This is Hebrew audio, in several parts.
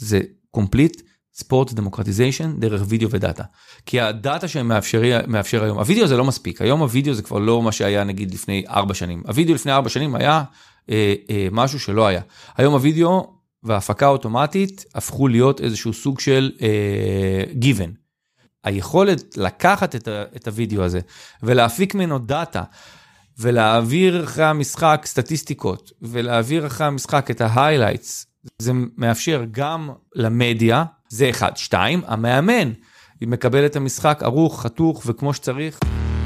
זה complete ספורט דמוקרטיזיישן דרך וידאו ודאטה. כי הדאטה שהם מאפשר היום, הוידאו זה לא מספיק, היום הוידאו זה כבר לא מה שהיה נגיד לפני 4 שנים. הוידאו לפני 4 שנים היה משהו שלא היה. היום הוידאו וההפקה האוטומטית הפכו להיות איזשהו סוג של given. היכולת לקחת את הוידאו הזה ולהפיק ממנו דאטה, ולהעביר אחרי המשחק סטטיסטיקות, ולהעביר אחרי המשחק את ההיילייטס, זה מאפשר גם למדיה, זה 1, 2, המאמן, היא מקבל את המשחק ערוך, חתוך וכמו שצריך.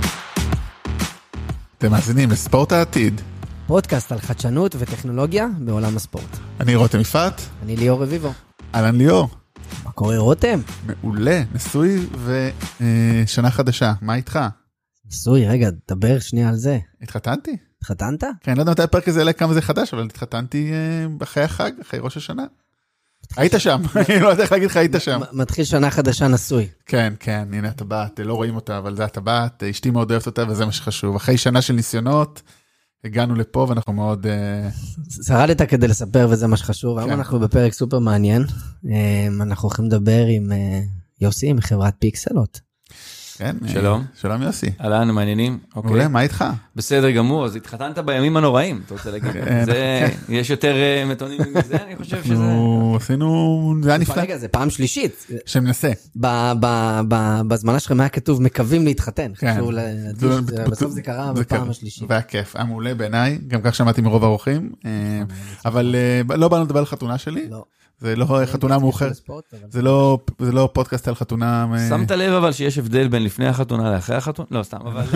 אתם מאזינים לספורט העתיד. פודקאסט על חדשנות וטכנולוגיה בעולם הספורט. אני רותם יפעת. אני ליאור רביבו. אהלן ליאור. מה קורה רותם? מעולה, נשוי ושנה חדשה, מה איתך? נשוי, רגע, דבר שנייה על זה. התחתנתי? התחתנת? כן, לא יודע מתי הפרק הזה, כמה זה חדש, אבל התחתנתי אחרי החג, אחרי ראש השנה. היית שם, אני לא יודע איך להגיד לך, היית שם. מתחיל שנה חדשה נשוי. כן, כן, הנה הטבעת, לא רואים אותה, אבל זה הטבעת, אשתי מאוד אוהבת אותה, וזה מה שחשוב. אחרי שנה של ניסיונות, הגענו לפה, ואנחנו מאוד... שרדת כדי לספר, וזה מה שחשוב. היום אנחנו בפרק סופר מעניין. אנחנו הולכים לדבר עם יוסי, מחברת פיקסלוט. כן, שלום. שלום יוסי. אהלן, מעניינים. מעולה, מה איתך? בסדר גמור, אז התחתנת בימים הנוראים, אתה רוצה להגיד. יש יותר מתונים מזה, אני חושב שזה... עשינו, זה היה נפלא. רגע, זה פעם שלישית. שמנסה. בזמנה שלכם היה כתוב, מקווים להתחתן. חשוב להדגיש, בסוף זה קרה בפעם השלישית. והיה כיף, היה מעולה בעיניי, גם כך שמעתי מרוב האורחים, אבל לא באנו לדבר על חתונה שלי. לא. זה לא חתונה מאוחרת, זה לא פודקאסט על חתונה. שמת לב אבל שיש הבדל בין לפני החתונה לאחרי החתונה? לא, סתם, אבל...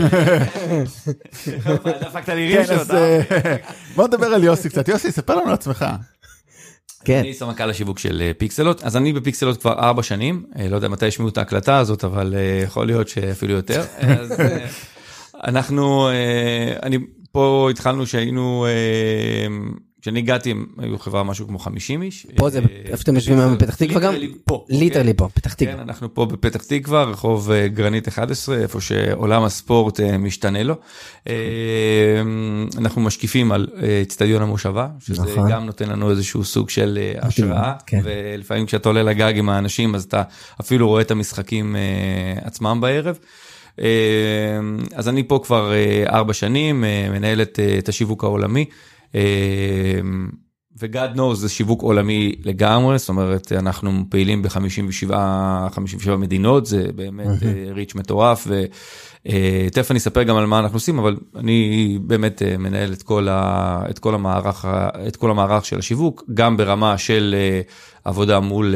דפקת לי רים שאותה. בוא נדבר על יוסי קצת. יוסי, ספר לנו על עצמך. אני סמנכ"ל השיווק של פיקסלוט, אז אני בפיקסלוט כבר 4 שנים, לא יודע מתי ישמעו את ההקלטה הזאת, אבל יכול להיות שאפילו יותר. אז אנחנו, פה התחלנו שהיינו... כשאני הגעתי, היו חברה משהו כמו 50 איש. פה זה, איפה אתם יושבים היום בפתח תקווה גם? ליטרלי פה, פתח תקווה. כן, אנחנו פה בפתח תקווה, רחוב גרנית 11, איפה שעולם הספורט משתנה לו. אנחנו משקיפים על אצטדיון המושבה, שזה גם נותן לנו איזשהו סוג של השראה, ולפעמים כשאתה עולה לגג עם האנשים, אז אתה אפילו רואה את המשחקים עצמם בערב. אז אני פה כבר 4 שנים, מנהל את השיווק העולמי, ו-God knows זה שיווק עולמי לגמרי, זאת אומרת אנחנו פעילים ב-57 מדינות, זה באמת ריץ' מטורף, ותכף אני אספר גם על מה אנחנו עושים, אבל אני באמת מנהל את כל המערך של השיווק, גם ברמה של עבודה מול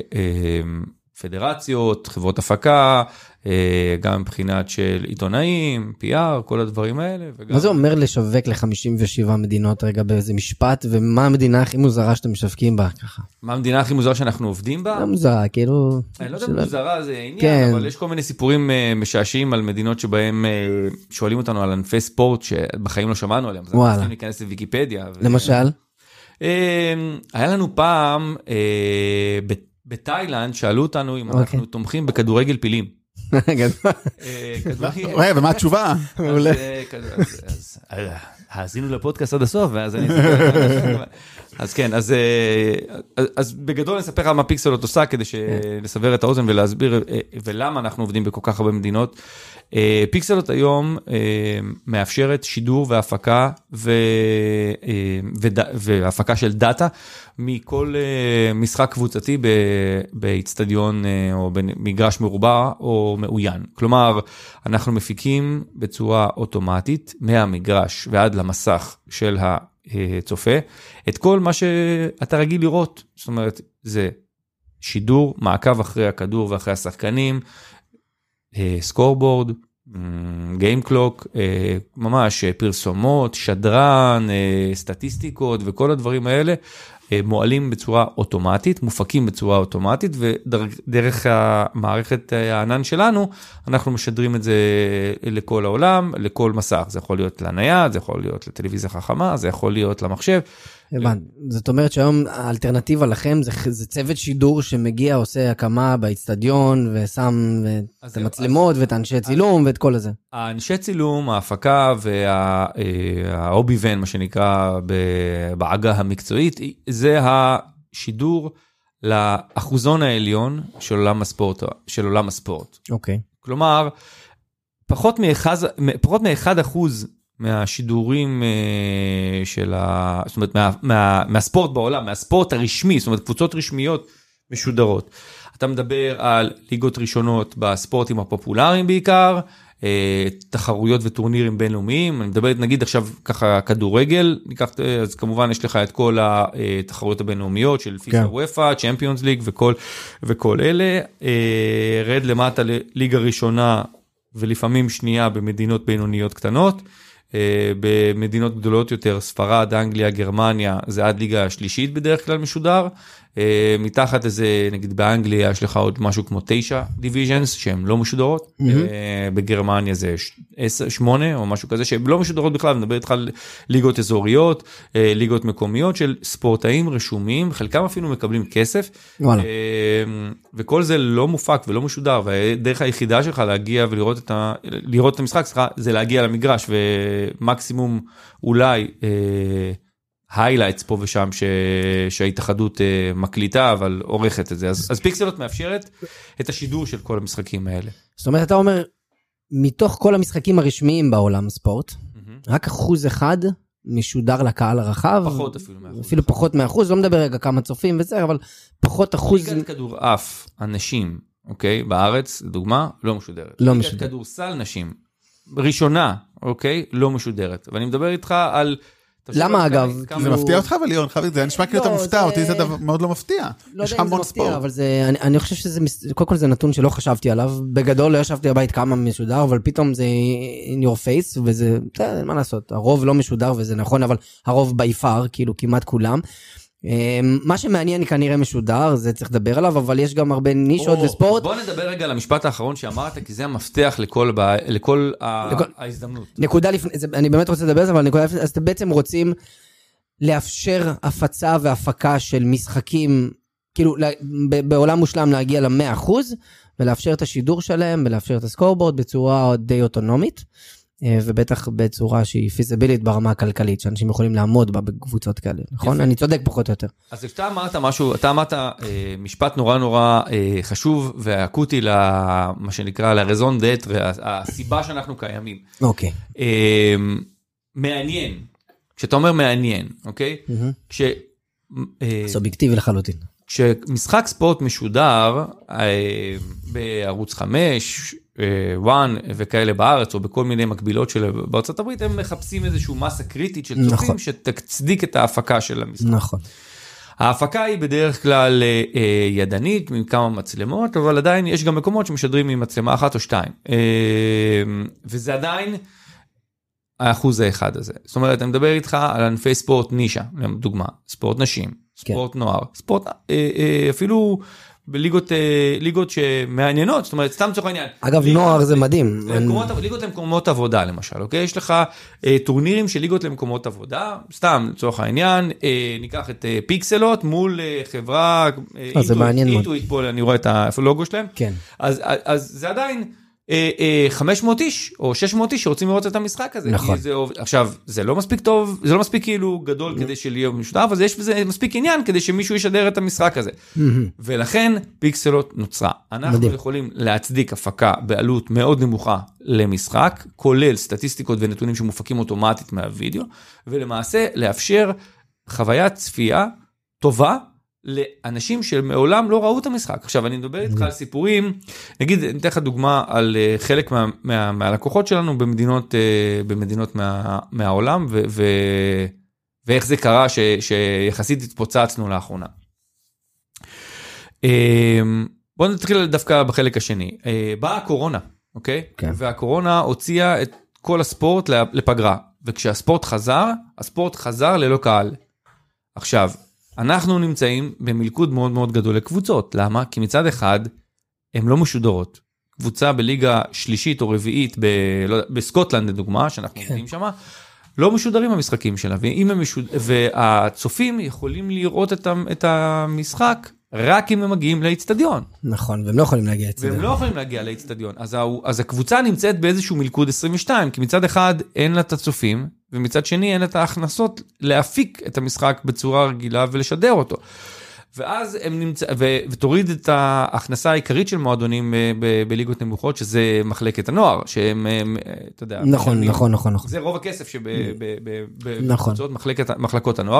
פדרציות, חברות הפקה, גם מבחינת של עיתונאים, PR, כל הדברים האלה. מה זה אומר לשווק ל-57 מדינות רגע באיזה משפט, ומה המדינה הכי מוזרה שאתם משווקים בה ככה? מה המדינה הכי מוזרה שאנחנו עובדים בה? לא מוזרה, כאילו... אני לא יודע מוזרה זה עניין, אבל יש כל מיני סיפורים משעשיים על מדינות שבהם שואלים אותנו על ענפי ספורט שבחיים לא שמענו עליהם. אז אנחנו צריכים להיכנס לוויקיפדיה. למשל? היה לנו פעם... בתאילנד שאלו אותנו אם אנחנו תומכים בכדורגל פילים. ומה התשובה? האזינו לפודקאסט עד הסוף, ואז אני... אז כן, אז בגדול נספר על מה פיקסלוט עושה, כדי לסבר את האוזן ולהסביר ולמה אנחנו עובדים בכל כך הרבה מדינות. פיקסלוט היום מאפשרת שידור והפקה והפקה של דאטה מכל משחק קבוצתי באצטדיון או במגרש מרובע או מאוין. כלומר, אנחנו מפיקים בצורה אוטומטית מהמגרש ועד למסך של הצופה את כל מה שאתה רגיל לראות. זאת אומרת, זה שידור, מעקב אחרי הכדור ואחרי השחקנים, סקורבורד, גיים קלוק, ממש פרסומות, שדרן, סטטיסטיקות וכל הדברים האלה מועלים בצורה אוטומטית, מופקים בצורה אוטומטית, ודרך המערכת הענן שלנו, אנחנו משדרים את זה לכל העולם, לכל מסך. זה יכול להיות לנייד, זה יכול להיות לטלוויזיה חכמה, זה יכול להיות למחשב. זאת אומרת שהיום האלטרנטיבה לכם זה צוות שידור שמגיע, עושה הקמה באצטדיון ושם את המצלמות ואת האנשי צילום ואת כל הזה. האנשי צילום, ההפקה והאוביבן, מה שנקרא בעגה המקצועית, זה השידור לאחוזון העליון של עולם הספורט. אוקיי. כלומר, פחות מ1% מהשידורים זאת אומרת, מהספורט בעולם, מהספורט הרשמי, זאת אומרת, קבוצות רשמיות משודרות. אתה מדבר על ליגות ראשונות בספורטים הפופולריים בעיקר, תחרויות וטורנירים בינלאומיים, אני מדבר נגיד עכשיו ככה כדורגל, אז כמובן יש לך את כל התחרויות הבינלאומיות של פיפ"א וופ"א, צ'מפיונס ליג וכל אלה, רד למטה לליגה ראשונה ולפעמים שנייה במדינות בינוניות קטנות, במדינות גדולות יותר, ספרד, אנגליה, גרמניה, זה עד ליגה השלישית בדרך כלל משודר, מתחת לזה, נגיד באנגליה יש לך עוד משהו כמו 9 דיוויז'נס שהן לא משודרות, בגרמניה זה 8 או משהו כזה שהן לא משודרות בכלל, נדבר איתך על ליגות אזוריות, ליגות מקומיות של ספורטאים רשומים, חלקם אפילו מקבלים כסף, וכל זה לא מופק ולא משודר, והדרך היחידה שלך להגיע ולראות את המשחק, זה להגיע למגרש, ומקסימום אולי היילייטס פה ושם שההתאחדות מקליטה, אבל עורכת את זה. אז פיקסלות מאפשרת את השידור של כל המשחקים האלה. זאת אומרת, אתה אומר, מתוך כל המשחקים הרשמיים בעולם ספורט, רק 1% משודר לקהל הרחב. פחות אפילו מ1%. אפילו פחות מ1%, לא מדבר רגע כמה צופים וזה, אבל פחות אחוז. ליגת כדורעף, הנשים, אוקיי, בארץ, לדוגמה, לא משודרת. לא ליגת משודרת. כדורסל נשים, ראשונה, אוקיי, לא משודרת. ואני מדבר איתך על למה אגב? זה מפתיע אותך אבל ליאון, זה נשמע כאילו אתה מופתע, אותי זה מאוד לא מפתיע. לא יודע אם זה מפתיע, אבל אני חושב שזה, קודם כל זה נתון שלא חשבתי עליו, בגדול לא ישבתי בבית כמה משודר, אבל פתאום זה in your face, וזה, מה לעשות, הרוב לא משודר וזה נכון, אבל הרוב ביפר, כאילו כמעט כולם. מה שמעניין כנראה משודר, זה צריך לדבר עליו, אבל יש גם הרבה נישות וספורט. בוא נדבר רגע על המשפט האחרון שאמרת, כי זה המפתח לכל ההזדמנות. נקודה לפני, אני באמת רוצה לדבר על זה, אבל נקודה לפני, אז אתם בעצם רוצים לאפשר הפצה והפקה של משחקים, כאילו בעולם מושלם להגיע ל100%, ולאפשר את השידור שלהם, ולאפשר את הסקורבורד בצורה די אוטונומית, ובטח בצורה שהיא פיזיבילית ברמה הכלכלית, שאנשים יכולים לעמוד בה בקבוצות כאלה, נכון? אני צודק פחות או יותר. אז כשאתה אמרת משהו, אתה אמרת משפט נורא נורא חשוב ואקוטי למה שנקרא לרזון דט, והסיבה שאנחנו קיימים. אוקיי. מעניין, כשאתה אומר מעניין, אוקיי? סובייקטיבי לחלוטין. כשמשחק ספורט משודר בערוץ 5, וואן וכאלה בארץ, או בכל מיני מקבילות של בארצות הברית, הם מחפשים איזשהו מסה קריטית של צופים, שתצדיק את ההפקה של המשחק. נכון. ההפקה היא בדרך כלל ידנית, עם כמה מצלמות, אבל עדיין יש גם מקומות שמשדרים עם מצלמה 1 או 2. וזה עדיין האחוז האחד הזה. זאת אומרת, אני מדבר איתך על ענפי ספורט נישה, לדוגמה, ספורט נשים, ספורט נוער, ספורט בליגות שמעניינות, זאת אומרת, סתם צורך העניין. אגב, נוער זה מדהים. ליגות למקומות עבודה, למשל, אוקיי? יש לך טורנירים של ליגות למקומות עבודה, סתם צורך העניין, ניקח את פיקסלות מול חברה, זה מעניין מאוד. אני רואה את הלוגו שלהם. כן. אז זה עדיין 500 איש או 600 איש שרוצים לראות את המשחק הזה. נכון. עכשיו, זה לא מספיק טוב, זה לא מספיק כאילו גדול כדי שיהיה משודר, אבל יש בזה מספיק עניין כדי שמישהו ישדר את המשחק הזה. ולכן פיקסלות נוצרה. אנחנו יכולים להצדיק הפקה בעלות מאוד נמוכה למשחק, כולל סטטיסטיקות ונתונים שמופקים אוטומטית מהווידאו, ולמעשה לאפשר חוויית צפייה טובה, לאנשים שמעולם לא ראו את המשחק. עכשיו, אני מדבר איתך על סיפורים, נגיד, אני אתן לך דוגמה על חלק מהלקוחות שלנו במדינות מהעולם, ואיך זה קרה שיחסית התפוצצנו לאחרונה. בואו נתחיל דווקא בחלק השני. באה הקורונה, אוקיי? והקורונה הוציאה את כל הספורט לפגרה, וכשהספורט חזר, הספורט חזר ללא קהל. עכשיו, אנחנו נמצאים במלכוד מאוד מאוד גדול לקבוצות. למה? כי מצד אחד, הן לא משודרות. קבוצה בליגה שלישית או רביעית בסקוטלנד, לדוגמה, שאנחנו יודעים שמה, לא משודרים המשחקים שלה. והצופים יכולים לראות את המשחק רק אם הם מגיעים לאצטדיון. נכון, והם לא יכולים להגיע לאצטדיון. והם לא יכולים להגיע לאצטדיון. אז הקבוצה נמצאת באיזשהו מלכוד 22, כי מצד אחד אין לה את הצופים, ומצד שני אין את ההכנסות להפיק את המשחק בצורה רגילה ולשדר אותו. ואז הם נמצא, ותוריד את ההכנסה העיקרית של מועדונים בליגות נמוכות, שזה מחלקת הנוער, שהם, אתה יודע, נכון. זה רוב הכסף שבקבוצות מחלקות הנוער,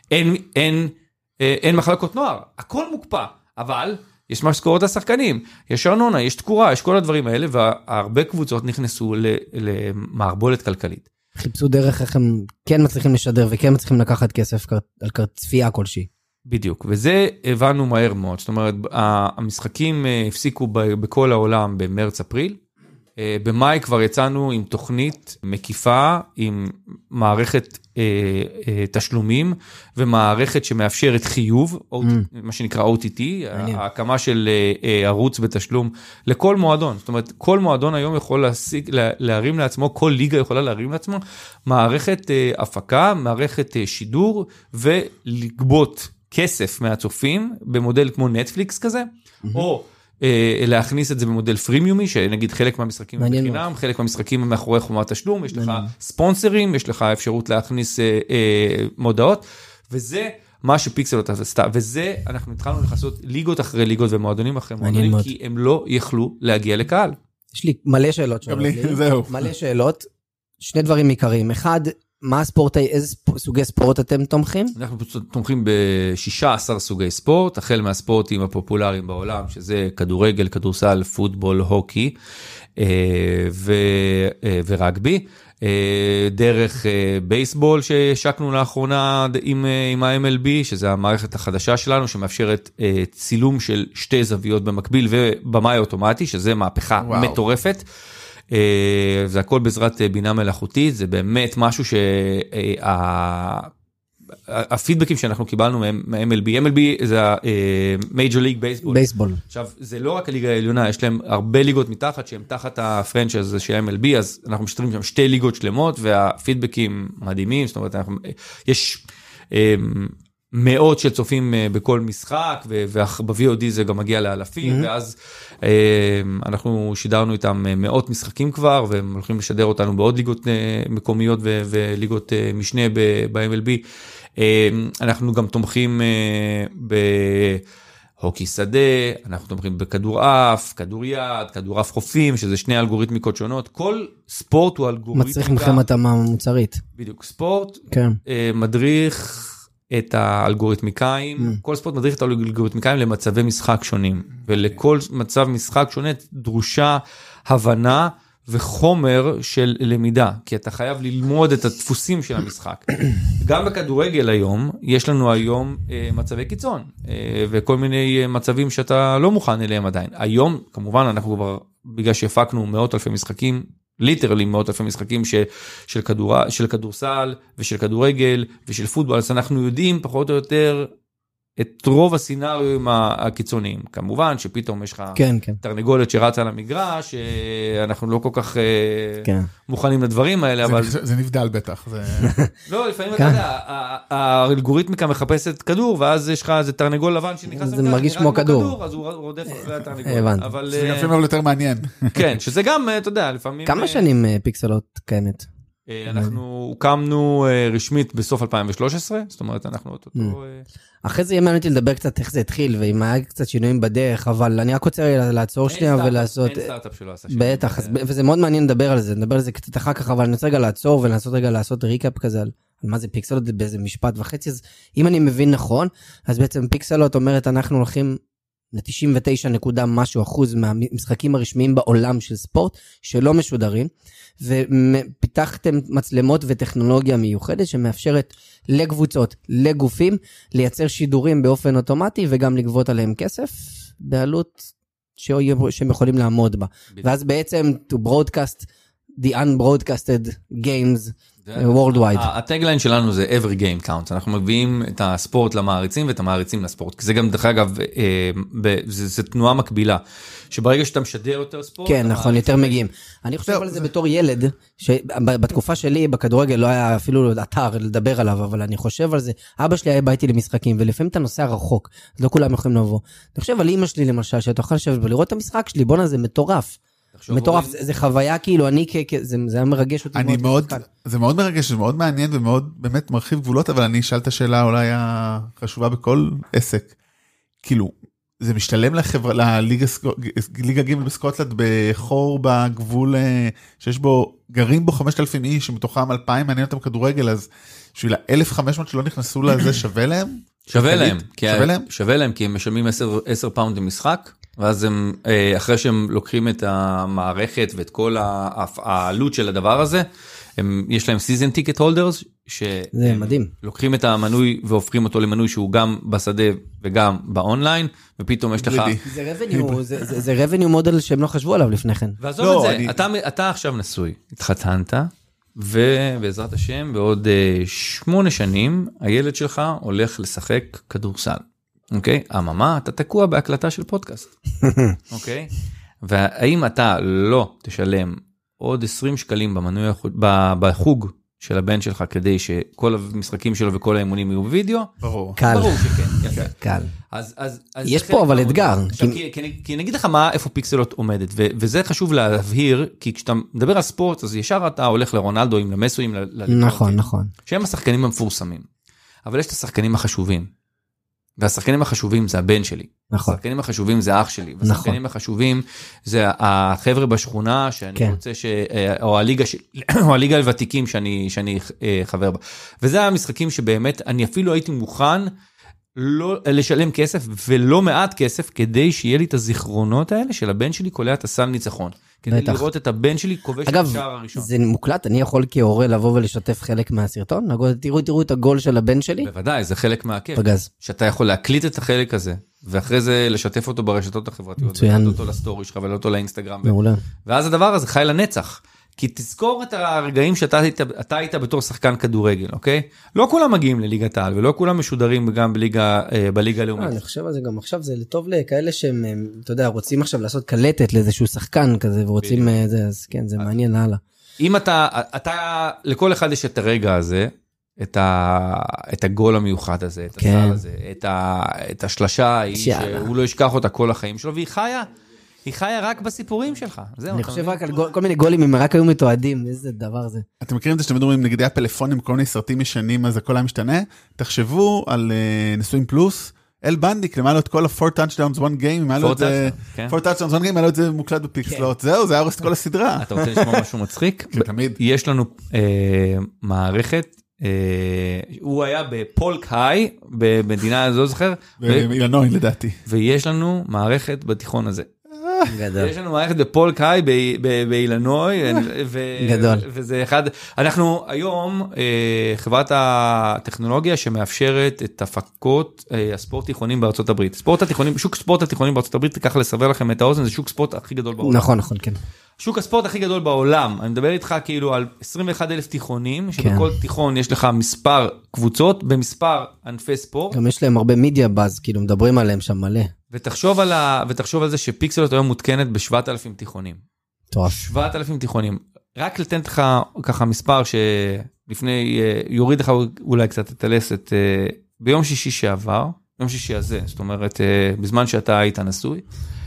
אין מחלקות נוער, הכל מוקפא, אבל יש משכורות השחקנים, יש ארנונה, יש תקורה, יש כל הדברים האלה, והרבה קבוצות נכנסו למערבולת כלכלית. חיפשו דרך איך הם כן מצליחים לשדר, וכן מצליחים לקחת כסף על צפייה כלשהי. בדיוק, וזה הבנו מהר מאוד, זאת אומרת, המשחקים הפסיקו בכל העולם במרץ-אפריל, במאי כבר יצאנו עם תוכנית מקיפה, עם מערכת תשלומים, ומערכת שמאפשרת חיוב, מה שנקרא OTT, ההקמה של ערוץ בתשלום לכל מועדון, זאת אומרת, כל מועדון היום יכול להרים לעצמו, כל ליגה יכולה להרים לעצמו, מערכת הפקה, מערכת שידור, ולגבות כסף מהצופים, במודל כמו נטפליקס כזה, או להכניס את זה במודל פרימיומי, שנגיד חלק מהמשחקים בחינם, חלק מהמשחקים מאחורי חומת תשלום, יש לך ספונסרים, יש לך אפשרות להכניס מודעות, וזה מה שפיקסלוט עשתה, וזה אנחנו התחלנו לחסות ליגות אחרי ליגות ומועדונים אחרי מועדונים, כי הם לא יכלו להגיע לקהל. יש לי מלא שאלות. גם לי, זהו. מלא שאלות, שני דברים עיקריים, אחד, מה הספורטאי, איזה סוגי ספורט אתם תומכים? אנחנו תומכים ב-16 סוגי ספורט, החל מהספורטים הפופולריים בעולם, שזה כדורגל, כדורסל, פוטבול, הוקי ורגבי, דרך בייסבול שהשקנו לאחרונה עם ה-MLB, שזה המערכת החדשה שלנו, שמאפשרת צילום של שתי זוויות במקביל ובמאי אוטומטי, שזה מהפכה מטורפת. זה הכל בעזרת בינה מלאכותית, זה באמת משהו הפידבקים שאנחנו קיבלנו מה-MLB, MLB זה ה-Major League Baseball. עכשיו, זה לא רק הליגה העליונה, יש להם הרבה ליגות מתחת, שהם תחת הפרנצ'ייז הזה של MLB, אז אנחנו משתרים שם שתי ליגות שלמות, והפידבקים מדהימים, זאת אומרת, יש מאות של צופים בכל משחק, וב-VOD זה גם מגיע לאלפים, ואז אנחנו שידרנו איתם מאות משחקים כבר, והם הולכים לשדר אותנו בעוד ליגות מקומיות וליגות משנה ב-MLB. אנחנו גם תומכים בהוקי שדה, אנחנו תומכים בכדורעף, כדוריד, כדורעף חופים, שזה שני אלגוריתמיקות שונות. כל ספורט הוא אלגוריתמיקה. מצריך מכם התאמה מוצרית. בדיוק, ספורט מדריך את האלגוריתמיקאים, כל ספורט מדריך את האלגוריתמיקאים למצבי משחק שונים, ולכל מצב משחק שונה דרושה הבנה וחומר של למידה, כי אתה חייב ללמוד את הדפוסים של המשחק. גם בכדורגל היום, יש לנו היום מצבי קיצון, וכל מיני מצבים שאתה לא מוכן אליהם עדיין. היום, כמובן, אנחנו כבר, בגלל שהפקנו מאות אלפי משחקים, ליטרלי מאות אלפי משחקים של כדורסל ושל כדורגל ושל פוטבול, אז אנחנו יודעים פחות או יותר את רוב הסצנריונים הקיצוניים. כמובן שפתאום יש לך תרנגולת שרצה על המגרש, אנחנו לא כל כך מוכנים לדברים האלה, אבל... זה נבדל בטח. לא, לפעמים אתה יודע, האלגוריתמיקה מחפשת כדור, ואז יש לך איזה תרנגול לבן שנכנס זה מרגיש כמו כדור. אז הוא רודף אחרי התרנגול. זה לפעמים יותר מעניין. כן, שזה גם, אתה יודע, לפעמים... כמה שנים פיקסלוט קיימת? אנחנו הוקמנו רשמית בסוף 2013, זאת אומרת אנחנו אותו... אחרי זה יהיה אותי לדבר קצת איך זה התחיל, ואם היה קצת שינויים בדרך, אבל אני רק רוצה לעצור שנייה ולעשות... אין סטארט-אפ שלא עשה שינויים. בטח, וזה מאוד מעניין לדבר על זה, נדבר על זה קצת אחר כך, אבל אני רוצה רגע לעצור ולנסות רגע לעשות ריקאפ כזה על מה זה פיקסלוט באיזה משפט וחצי, אז אם אני מבין נכון, אז בעצם פיקסלוט אומרת אנחנו הולכים ל-99% מהמשחקים הרשמיים בעולם של ספורט, שלא משודרים, ופיתחתם מצלמות וטכנולוגיה מיוחדת שמאפשרת לקבוצות, לגופים, לייצר שידורים באופן אוטומטי וגם לגבות עליהם כסף בעלות שהם יכולים לעמוד בה. ואז בעצם to broadcast the unbroadcasted games worldwide. הטגליין שלנו זה every game counts, אנחנו מביאים את הספורט למעריצים ואת המעריצים לספורט, זה גם דרך אגב, זה תנועה מקבילה, שברגע שאתה משדר יותר ספורט, כן, נכון, יותר מגיעים. אני חושב על זה בתור ילד, שבתקופה שלי בכדורגל לא היה אפילו אתר לדבר עליו, אבל אני חושב על זה, אבא שלי היה ביתי למשחקים, ולפעמים אתה נוסע רחוק, אז לא כולם יכולים לבוא. אני חושב על אמא שלי למשל, שאתה יכול לשבת ולראות את המשחק שלי, בונה, זה מטורף. מטורף, זה חוויה כאילו, זה היה מרגש אותי מאוד. זה מאוד מרגש, זה מאוד מעניין ומאוד באמת מרחיב גבולות, אבל אני אשאל את השאלה אולי החשובה בכל עסק. כאילו, זה משתלם לליגה ג' בסקוטלנד בחור בגבול שיש בו, גרים בו 5,000 איש, שמתוכם 2,000 מעניין אותם כדורגל, אז בשביל 1,500 שלא נכנסו לזה שווה להם? שווה להם, כי הם משלמים 10 פאונד למשחק, ואז הם, אחרי שהם לוקחים את המערכת ואת כל העלות של הדבר הזה, יש להם season ticket holders, זה מדהים. לוקחים את המנוי והופכים אותו למנוי שהוא גם בשדה וגם באונליין, ופתאום יש לך... זה revenue model שהם לא חשבו עליו לפני כן. ועזוב את זה, אתה עכשיו נשוי, התחתנת, ובעזרת השם, בעוד 8 שנים, הילד שלך הולך לשחק כדורסל. אוקיי? אממה, אתה תקוע בהקלטה של פודקאסט. אוקיי? והאם אתה לא תשלם עוד 20 שקלים במנוי, בחוג של הבן שלך, כדי שכל המשחקים שלו וכל האימונים יהיו בווידאו? ברור. קל. ברור שכן, יפה. קל. אז יש פה אבל אתגר. כי אני אגיד לך איפה פיקסלוט עומדת, וזה חשוב להבהיר, כי כשאתה מדבר על ספורט, אז ישר אתה הולך לרונלדוים, למסויים, נכון, נכון. שהם השחקנים המפורסמים. אבל יש את השחקנים החשובים. והשחקנים החשובים זה הבן שלי. נכון. השחקנים החשובים זה אח שלי. והשחקנים החשובים זה החבר'ה בשכונה שאני רוצה או הליגה הוותיקים שאני חבר בה. וזה המשחקים שבאמת אני אפילו הייתי מוכן לא לשלם כסף ולא מעט כסף כדי שיהיה לי את הזיכרונות האלה של הבן שלי קולע את הסל ניצחון. כדי לראות את הבן שלי כובש את השער הראשון. אגב, זה מוקלט, אני יכול כהורה לבוא ולשתף חלק מהסרטון? תראו את הגול של הבן שלי? בוודאי, זה חלק מהכיף. פגז. שאתה יכול להקליט את החלק הזה, ואחרי זה לשתף אותו ברשתות החברתיות. מצוין. ולהעלות אותו לסטורי שלך, ולהעלות אותו לאינסטגרם. מעולה. ואז הדבר הזה חי לנצח. כי תזכור את הרגעים שאתה היית בתור שחקן כדורגל, אוקיי? לא כולם מגיעים לליגת העל, ולא כולם משודרים גם בליגה הלאומית. אני חושב על זה גם עכשיו, זה טוב לכאלה שהם, אתה יודע, רוצים עכשיו לעשות קלטת לאיזשהו שחקן כזה, ורוצים זה, אז כן, זה מעניין הלאה. אם אתה, לכל אחד יש את הרגע הזה, את הגול המיוחד הזה, את הסל הזה, את השלשה, שהוא לא ישכח אותה כל החיים שלו, היא חיה רק בסיפורים שלך. אני חושב רק על כל מיני גולים, אם רק היו מתועדים, איזה דבר זה. אתם מכירים את זה שאתם מדברים, נגדי הפלאפונים, כל מיני סרטים ישנים, אז הכל היה משתנה? תחשבו על נשואים פלוס, אל בנדיק, למעלה את כל ה-4 touchdowns one game, 4 touchdowns one game, מעלה את זה מוקלט בפיקסלוט, זהו, זה הרס את כל הסדרה. אתה רוצה לשמוע משהו מצחיק? תמיד. יש לנו מערכת, הוא היה בפולק היי, במדינה, לא זוכר. באילנוי לדעתי. ויש לנו מערכת בתיכון הזה. גדול. יש לנו מערכת בפולק היי באילנוי, גדול. וזה אחד, אנחנו היום חברת הטכנולוגיה שמאפשרת את הפקות הספורט תיכונים בארצות הברית. שוק ספורט התיכונים בארצות הברית, תיקח לסבר לכם את האוזן, זה שוק ספורט הכי גדול בעולם. נכון, נכון, כן. שוק הספורט הכי גדול בעולם, אני מדבר איתך כאילו על 21,000 תיכונים, שבכל תיכון יש לך מספר קבוצות, במספר ענפי ספורט. גם יש להם הרבה מידיה באז, כאילו מדברים עליהם שם מלא. ותחשוב על זה שפיקסלוט היום מותקנת ב-7,000 תיכונים. טוב. 7,000 תיכונים. רק לתת לך ככה מספר שלפני, יוריד לך אולי קצת את הלסת, ביום שישי שעבר, ביום שישי הזה, זאת אומרת, בזמן שאתה היית נשוי,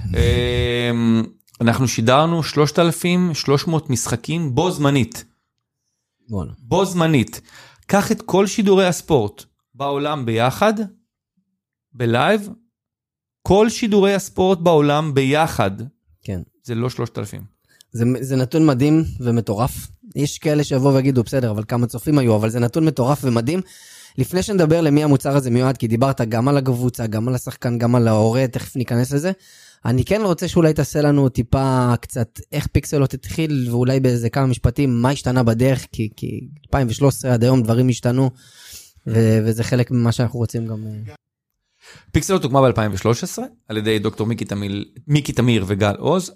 אנחנו שידרנו 3,300 משחקים בו זמנית. בו זמנית. קח את כל שידורי הספורט בעולם ביחד, בלייב, כל שידורי הספורט בעולם ביחד. כן. זה לא 3,000. זה נתון מדהים ומטורף. יש כאלה שיבואו ויגידו, בסדר, אבל כמה צופים היו, אבל זה נתון מטורף ומדהים. לפני שנדבר למי המוצר הזה מיועד, כי דיברת גם על הקבוצה, גם על השחקן, גם על ההורה, תכף ניכנס לזה. אני כן רוצה שאולי תעשה לנו טיפה קצת איך פיקסלוט התחיל, ואולי באיזה כמה משפטים, מה השתנה בדרך, כי 2013 עד היום דברים השתנו, וזה חלק ממה שאנחנו רוצים גם... פיקסלוט הוקמה ב-2013, על ידי דוקטור מיקי תמיר וגל עוז.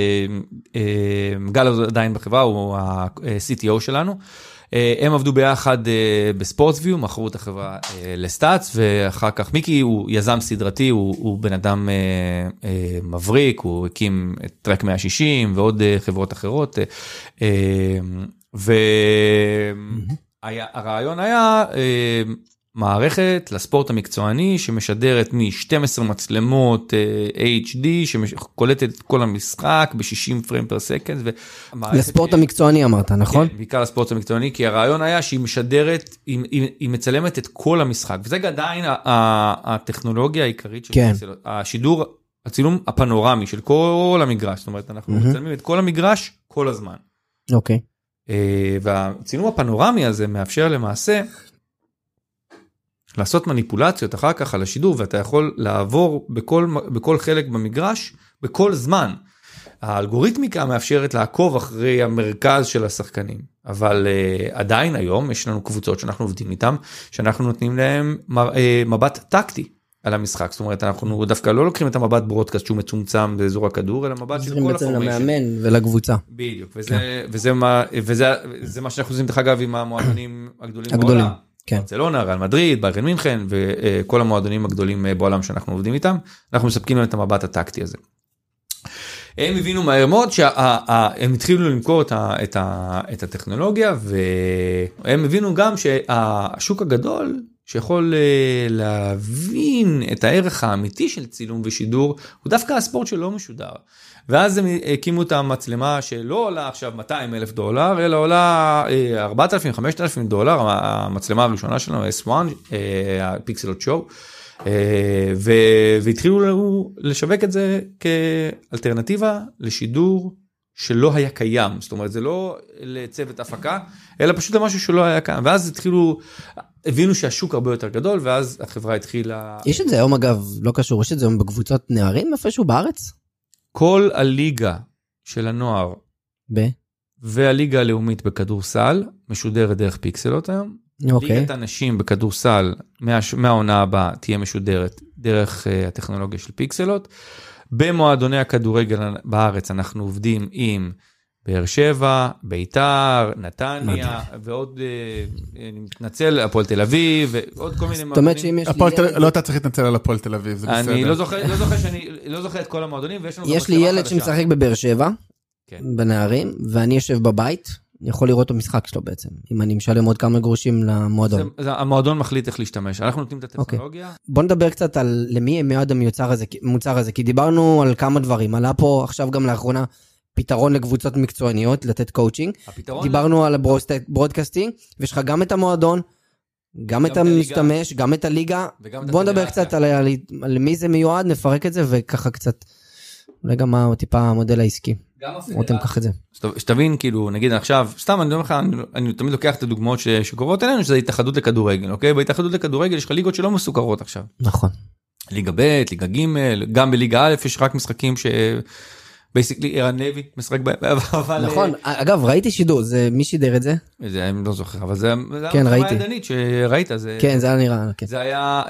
גל עוז עדיין בחברה, הוא ה-CTO שלנו. הם עבדו ביחד בספורטסוויו, מכרו את החברה לסטאץ, ואחר כך מיקי הוא יזם סדרתי, הוא בן אדם מבריק, הוא הקים את טרק 160 ועוד חברות אחרות, והרעיון היה מערכת לספורט המקצועני שמשדרת מ-12 מצלמות HD שקולטת את כל המשחק ב-60 פריים פר סקנד. לספורט המקצועני אמרת, נכון? כן, בעיקר לספורט המקצועני, כי הרעיון היה שהיא משדרת, היא מצלמת את כל המשחק, וזה עדיין הטכנולוגיה העיקרית של פיקסלות. השידור, הצילום הפנורמי של כל המגרש, זאת אומרת, אנחנו מצלמים את כל המגרש כל הזמן. אוקיי. והצילום הפנורמי הזה מאפשר למעשה לעשות מניפולציות אחר כך על השידור, ואתה יכול לעבור בכל חלק במגרש, בכל זמן. האלגוריתמיקה מאפשרת לעקוב אחרי המרכז של השחקנים, אבל עדיין היום יש לנו קבוצות שאנחנו עובדים איתם, שאנחנו נותנים להם מבט טקטי על המשחק, זאת אומרת, אנחנו דווקא לא לוקחים את המבט ברודקאסט שהוא מצומצם באזור הכדור, אלא מבט של כל הפורמיישן. למאמן ולקבוצה. בדיוק, וזה מה שאנחנו עושים דרך אגב עם המועדונים הגדולים בעולם. ברצלונה, ריאל מדריד, ביירן מינכן, וכל המועדונים הגדולים בעולם שאנחנו עובדים איתם, אנחנו מספקים להם את המבט הטקטי הזה. הם הבינו מהר מאוד שהם התחילו למכור את הטכנולוגיה, והם הבינו גם שהשוק הגדול, שיכול להבין את הערך האמיתי של צילום ושידור, הוא דווקא הספורט שלא משודר. ואז הם הקימו את המצלמה שלא עולה עכשיו $200,000, אלא עולה $4,000-5,000, המצלמה הראשונה שלנו, S1, הפיקסלות שואו, והתחילו לשווק את זה כאלטרנטיבה לשידור שלא היה קיים. זאת אומרת, זה לא לצוות הפקה, אלא פשוט למשהו שלא היה קיים. ואז התחילו, הבינו שהשוק הרבה יותר גדול, ואז החברה התחילה... יש את זה היום אגב, לא קשור, יש את זה היום בקבוצות נערים איפשהו בארץ? כל הליגה של הנוער והליגה הלאומית בכדורסל משודרת דרך פיקסלות היום. ליגת הנשים בכדורסל מהעונה הבאה תהיה משודרת דרך הטכנולוגיה של פיקסלות. במועדוני הכדורגל בארץ אנחנו עובדים עם באר שבע, ביתר, נתניה, ועוד, אני מתנצל, הפועל תל אביב, ועוד כל מיני מועדונים. לא אתה צריך להתנצל על הפועל תל אביב, זה בסדר. אני לא זוכר את כל המועדונים, יש לי ילד שמשחק בבאר שבע, בנערים, ואני יושב בבית, אני יכול לראות את המשחק שלו בעצם, אם אני משלם עוד כמה גרושים למועדון. המועדון מחליט איך להשתמש, אנחנו נותנים את הטכנולוגיה. בוא נדבר קצת על למי מיועד המוצר הזה, כי דיברנו על כמה דברים, עלה פה עכשיו גם לאחרונה, פתרון לקבוצות מקצועניות, לתת קואוצ'ינג. דיברנו על הברודקאסטינג, ויש לך גם את המועדון, גם את המשתמש, גם את הליגה. בוא נדבר קצת על מי זה מיועד, נפרק את זה, וככה קצת, אולי גם טיפה המודל העסקי. רותם קח את זה. שתבין, כאילו, נגיד עכשיו, סתם אני אומר לך, אני תמיד לוקח את הדוגמאות שקורות אלינו, שזה התאחדות לכדורגל, אוקיי? בהתאחדות לכדורגל יש לך ליגות שלא מסוכרות עכשיו. נכון. ליגה ב', ליגה ג', גם בליגה א' יש רק משחקים בייסיקלי ערן לוי משחק אבל נכון, אגב ראיתי שידור, זה מי שידר את זה? זה אני לא זוכר, אבל זה כן ראיתי, שראית, כן זה היה נראה, זה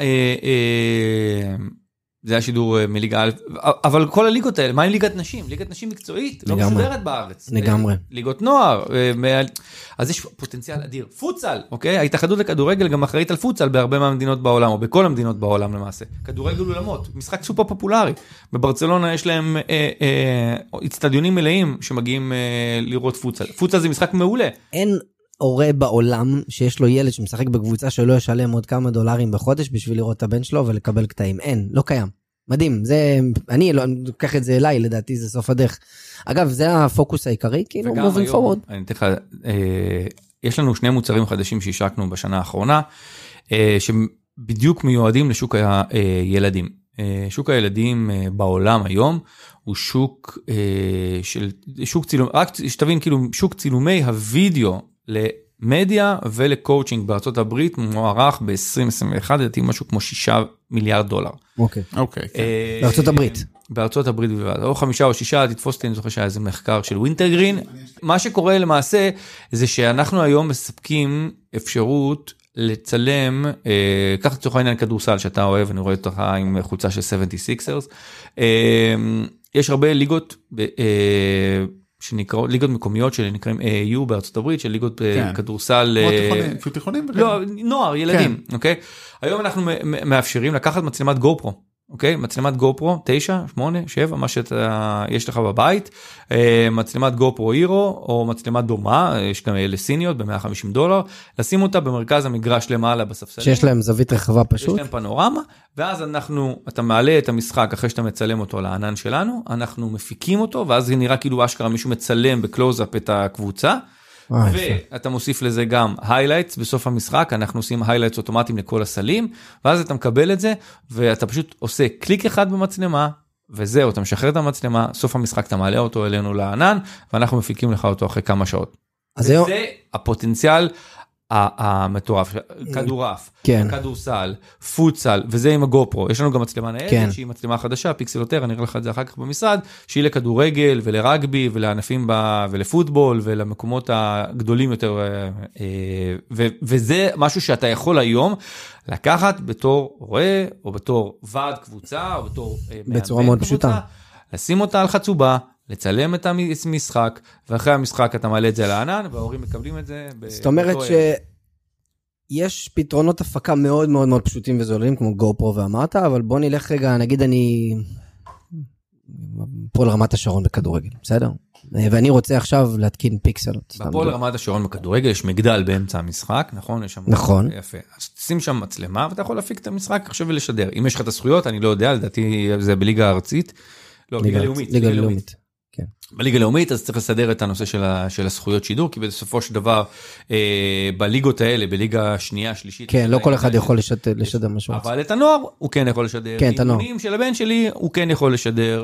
היה שידור מליגה א', אבל כל הליגות האלה, מה עם ליגת נשים? ליגת נשים מקצועית, לא משודרת בארץ. לגמרי. ליגות נוער, אז יש פוטנציאל אדיר. פוצל, אוקיי? ההתאחדות לכדורגל גם אחראית על פוצל בהרבה מהמדינות בעולם, או בכל המדינות בעולם למעשה. כדורגל אולמות, משחק סופר פופולרי. בברצלונה יש להם אצטדיונים מלאים שמגיעים לראות פוצל. פוצל זה משחק מעולה. אין הורה בעולם שיש לו ילד שמשחק בקבוצה שלא ישלם עוד כמה דולרים בחודש בשביל לראות את הבן שלו ולקבל קטעים. אין, לא קיים. מדהים, זה, אני לא אקח את זה אליי, לדעתי זה סוף הדרך. אגב, זה הפוקוס העיקרי, כאילו, moving forward. אני אתן לך, יש לנו שני מוצרים חדשים שהשקנו בשנה האחרונה, שבדיוק מיועדים לשוק הילדים. שוק הילדים בעולם היום, הוא שוק רק שתבין, כאילו, שוק צילומי הוידאו למדיה ולקואוצ'ינג בארצות הברית מוערך ב-2021, לדעתי משהו כמו $6 מיליארד. אוקיי. בארצות הברית. בארצות הברית בלבד, או 5 או 6, תתפוס אותי, אני זוכר שהיה איזה מחקר של ווינטרגרין. מה שקורה למעשה, זה שאנחנו היום מספקים אפשרות לצלם, כך לצורך העניין כדורסל שאתה אוהב, אני רואה אותך עם חולצה של 76ers, יש הרבה ליגות שנקראות, ליגות מקומיות שנקראים AAU בארצות הברית, של ליגות כדורסל, תיכונים? לא, נוער, ילדים, אוקיי? היום אנחנו מאפשרים לקחת מצלמת גופרו, אוקיי? מצלמת גופרו, 9, 8, 7, מה שיש לך בבית, מצלמת גופרו הירו, או מצלמת דומה, יש גם אלה סיניות ב$150, לשים אותה במרכז המגרש למעלה בספסלים. שיש להם זווית רחבה פשוט. יש להם פנורמה, ואז אתה מעלה את המשחק אחרי שאתה מצלם אותו לענן שלנו, אנחנו מפיקים אותו, ואז זה נראה כאילו אשכרה מישהו מצלם בקלוז-אפ את הקבוצה, ואתה מוסיף לזה גם highlights בסוף המשחק, אנחנו עושים highlights אוטומטיים לכל הסלים, ואז אתה מקבל את זה, ואתה פשוט עושה קליק אחד במצלמה, וזהו, אתה משחרר את המצלמה, סוף המשחק אתה מעלה אותו אלינו לענן, ואנחנו מפיקים לך אותו אחרי כמה שעות. וזה הפוטנציאל המטורף, כדורעף, כדורסל, פוטסל, וזה עם הגופרו. יש לנו גם מצלמה ניידת, שהיא מצלמה חדשה, פיקסלוטר, אני אראה לך את זה אחר כך במשרד, שהיא לכדורגל ולרגבי ולענפים ולפוטבול ולמקומות הגדולים יותר, וזה משהו שאתה יכול היום לקחת בתור רואה, או בתור ועד קבוצה, או בתור בצורה מאוד פשוטה. לשים אותה על חצובה, לצלם את המשחק, ואחרי המשחק אתה מעלה את זה לענן, וההורים מקבלים את זה. זאת אומרת שיש פתרונות הפקה מאוד מאוד מאוד פשוטים וזולים, כמו גופרו ואמרת, אבל בוא נלך רגע, נגיד אני פועל רמת השרון בכדורגל, בסדר? ואני רוצה עכשיו להתקין פיקסלות. בפועל רמת השרון בכדורגל יש מגדל באמצע המשחק, נכון? נכון. יפה. אז שים שם מצלמה, ואתה יכול להפיק את המשחק עכשיו ולשדר. אם יש לך את הזכויות, אני לא יודע, לדעתי זה בליגה הארצית. לא, ליגה לאומית. ליגה לאומית. בליגה לאומית, אז צריך לסדר את הנושא של הזכויות שידור, כי בסופו של דבר, בליגות האלה, בליגה שנייה, שלישית. כן, לא כל אחד יכול לשדר משהו. אבל את הנוער, הוא כן יכול לשדר. כן, את הנוער. אימונים של הבן שלי, הוא כן יכול לשדר,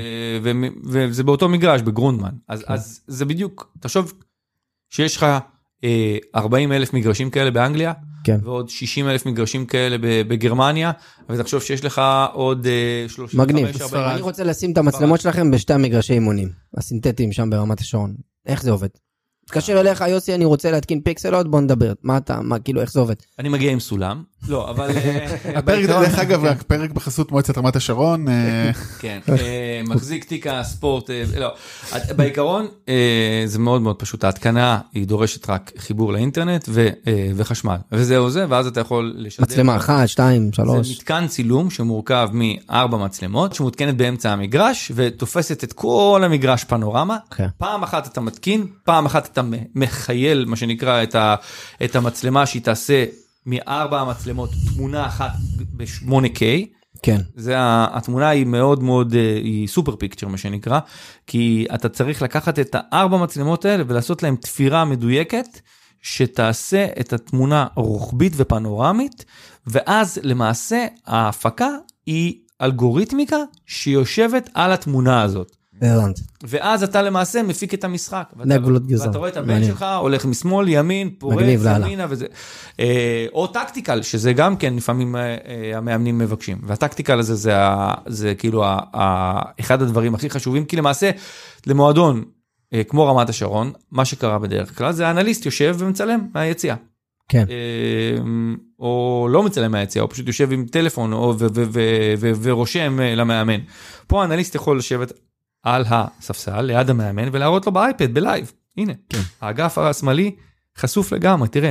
וזה באותו מגרש, בגרונדמן. אז זה בדיוק, תחשוב שיש לך 40,000 מגרשים כאלה באנגליה, ועוד 60,000 מגרשים כאלה בגרמניה, ותחשוב שיש לך עוד 35-40. מגניב. אני רוצה לשים את המצלמות שלכם בשתי המגרשי אימונים, הסינתטיים שם ברמת השרון. איך זה עובד? תקשר אליך, יוסי, אני רוצה להתקין פיקסלות, בוא נדבר. כאילו, איך זה עובד? אני מגיע עם סולם. לא, אבל... הפרק, דרך אגב, הפרק בחסות מועצת רמת השרון. כן, מחזיק תיק הספורט. לא, בעיקרון, זה מאוד מאוד פשוט. ההתקנה היא דורשת רק חיבור לאינטרנט וחשמל. וזהו זה, ואז אתה יכול לשדר. מצלמה 1, 2, 3. זה מתקן צילום שמורכב מ4 מצלמות, שמותקנת באמצע המגרש, ותופסת את כל המגרש פנורמה. פעם אחת אתה מתקין, פעם אחת אתה מחייל, מה שנקרא, את המצלמה שהיא תעשה מ4 המצלמות, תמונה אחת ב8K. כן. התמונה היא מאוד מאוד, היא סופר פיקצ'ר, מה שנקרא, כי אתה צריך לקחת את 4 מצלמות האלה, ולעשות להם תפירה מדויקת, שתעשה את התמונה רוחבית ופנורמית, ואז למעשה ההפקה היא אלגוריתמיקה, שיושבת על התמונה הזאת. ואז אתה למעשה מפיק את המשחק, ואתה רואה את הבן שלך, הולך משמאל, ימין, פורץ, ימינה, או טקטיקל, שזה גם כן לפעמים המאמנים מבקשים, והטקטיקל הזה זה כאילו אחד הדברים הכי חשובים, כי למעשה למועדון, כמו רמת השרון, מה שקרה בדרך כלל, זה האנליסט יושב ומצלם מהיציאה. כן. או לא מצלם מהיציאה, או פשוט יושב עם טלפון, ורושם למאמן. פה האנליסט יכול לשבת על הספסל, ליד המאמן, ולהראות לו באייפד, בלייב. הנה, האגף השמאלי חשוף לגמרי, תראה,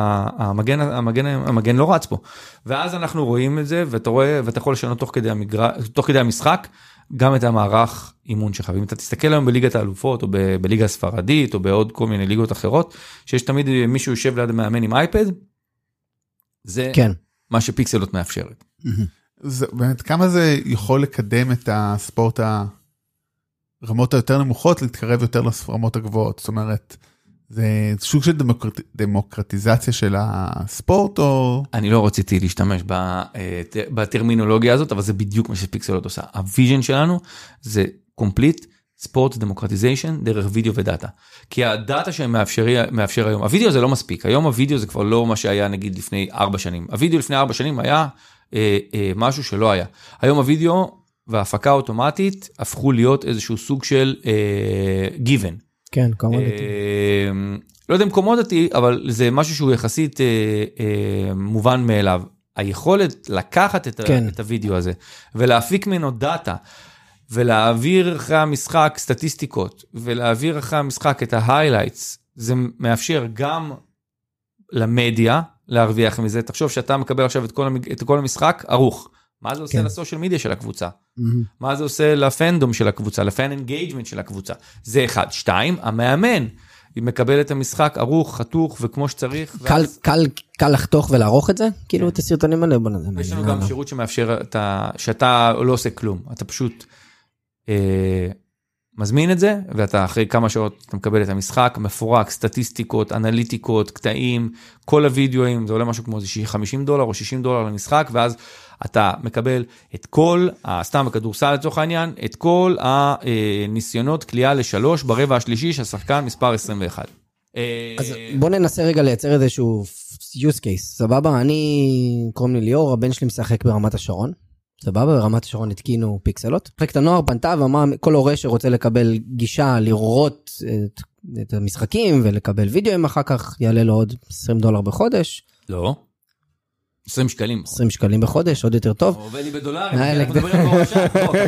המגן לא רץ פה. ואז אנחנו רואים את זה, ואתה רואה, ואתה יכול לשנות תוך כדי המשחק, גם את המערך אימון שלך. ואם אתה תסתכל היום בליגת האלופות, או בליגה הספרדית, או בעוד כל מיני ליגות אחרות, שיש תמיד מישהו יושב ליד המאמן עם אייפד, זה מה שפיקסלות מאפשרת. באמת, כמה זה יכול לקדם את הספורט הרמות היותר נמוכות, להתקרב יותר לרמות הגבוהות? זאת אומרת, זה סוג של דמוקרטיזציה של הספורט, או... אני לא רציתי להשתמש בטרמינולוגיה הזאת, אבל זה בדיוק מה שפיקסלות עושה. הוויז'ן שלנו זה complete sport democratization דרך וידאו ודאטה. כי הדאטה שמאפשר היום, הוידאו זה לא מספיק, היום הוידאו זה כבר לא מה שהיה נגיד לפני 4 שנים. הוידאו לפני 4 שנים היה משהו שלא היה. היום הוידאו וההפקה האוטומטית הפכו להיות איזשהו סוג של given. כן, קומודיטי. לא יודע אם קומודיטי, אבל זה משהו שהוא יחסית מובן מאליו. היכולת לקחת את הוידאו הזה, ולהפיק ממנו דאטה, ולהעביר אחרי המשחק סטטיסטיקות, ולהעביר אחרי המשחק את ההיילייטס, זה מאפשר גם למדיה להרוויח מזה. תחשוב שאתה מקבל עכשיו את כל המשחק ערוך, מה זה עושה לסושיאל מדיה של הקבוצה? מה זה עושה לפנדום של הקבוצה, לפן אנגייג'מנט של הקבוצה? זה אחד. 2, המאמן, היא מקבלת את המשחק ערוך, חתוך וכמו שצריך. קל לחתוך ולערוך את זה? כאילו את הסרטונים האלה? יש לנו גם שירות שמאפשר שאתה לא עושה כלום, אתה פשוט מזמין את זה, ואתה אחרי כמה שעות אתה מקבל את המשחק, מפורק, סטטיסטיקות, אנליטיקות, קטעים, כל הוידאוים, זה עולה משהו כמו $50 או $60 למשחק, ואז אתה מקבל את כל, סתם בכדורסל לצורך העניין, את כל הניסיונות קליעה ל3 ברבע השלישי של שחקן מספר 21. אז בוא ננסה רגע לייצר איזשהו use case, סבבה? קוראים לי ליאור, הבן שלי משחק ברמת השרון, סבבה, ברמת השרון התקינו פיקסלות. מחלקת הנוער פנתה ואמרה, כל הורה שרוצה לקבל גישה, לראות את המשחקים ולקבל וידאוים אחר כך, יעלה לו עוד $20 בחודש. לא. 20 שקלים. 20 שקלים בחודש, עוד יותר טוב. עובד לי בדולרים, אנחנו מדברים פה עכשיו,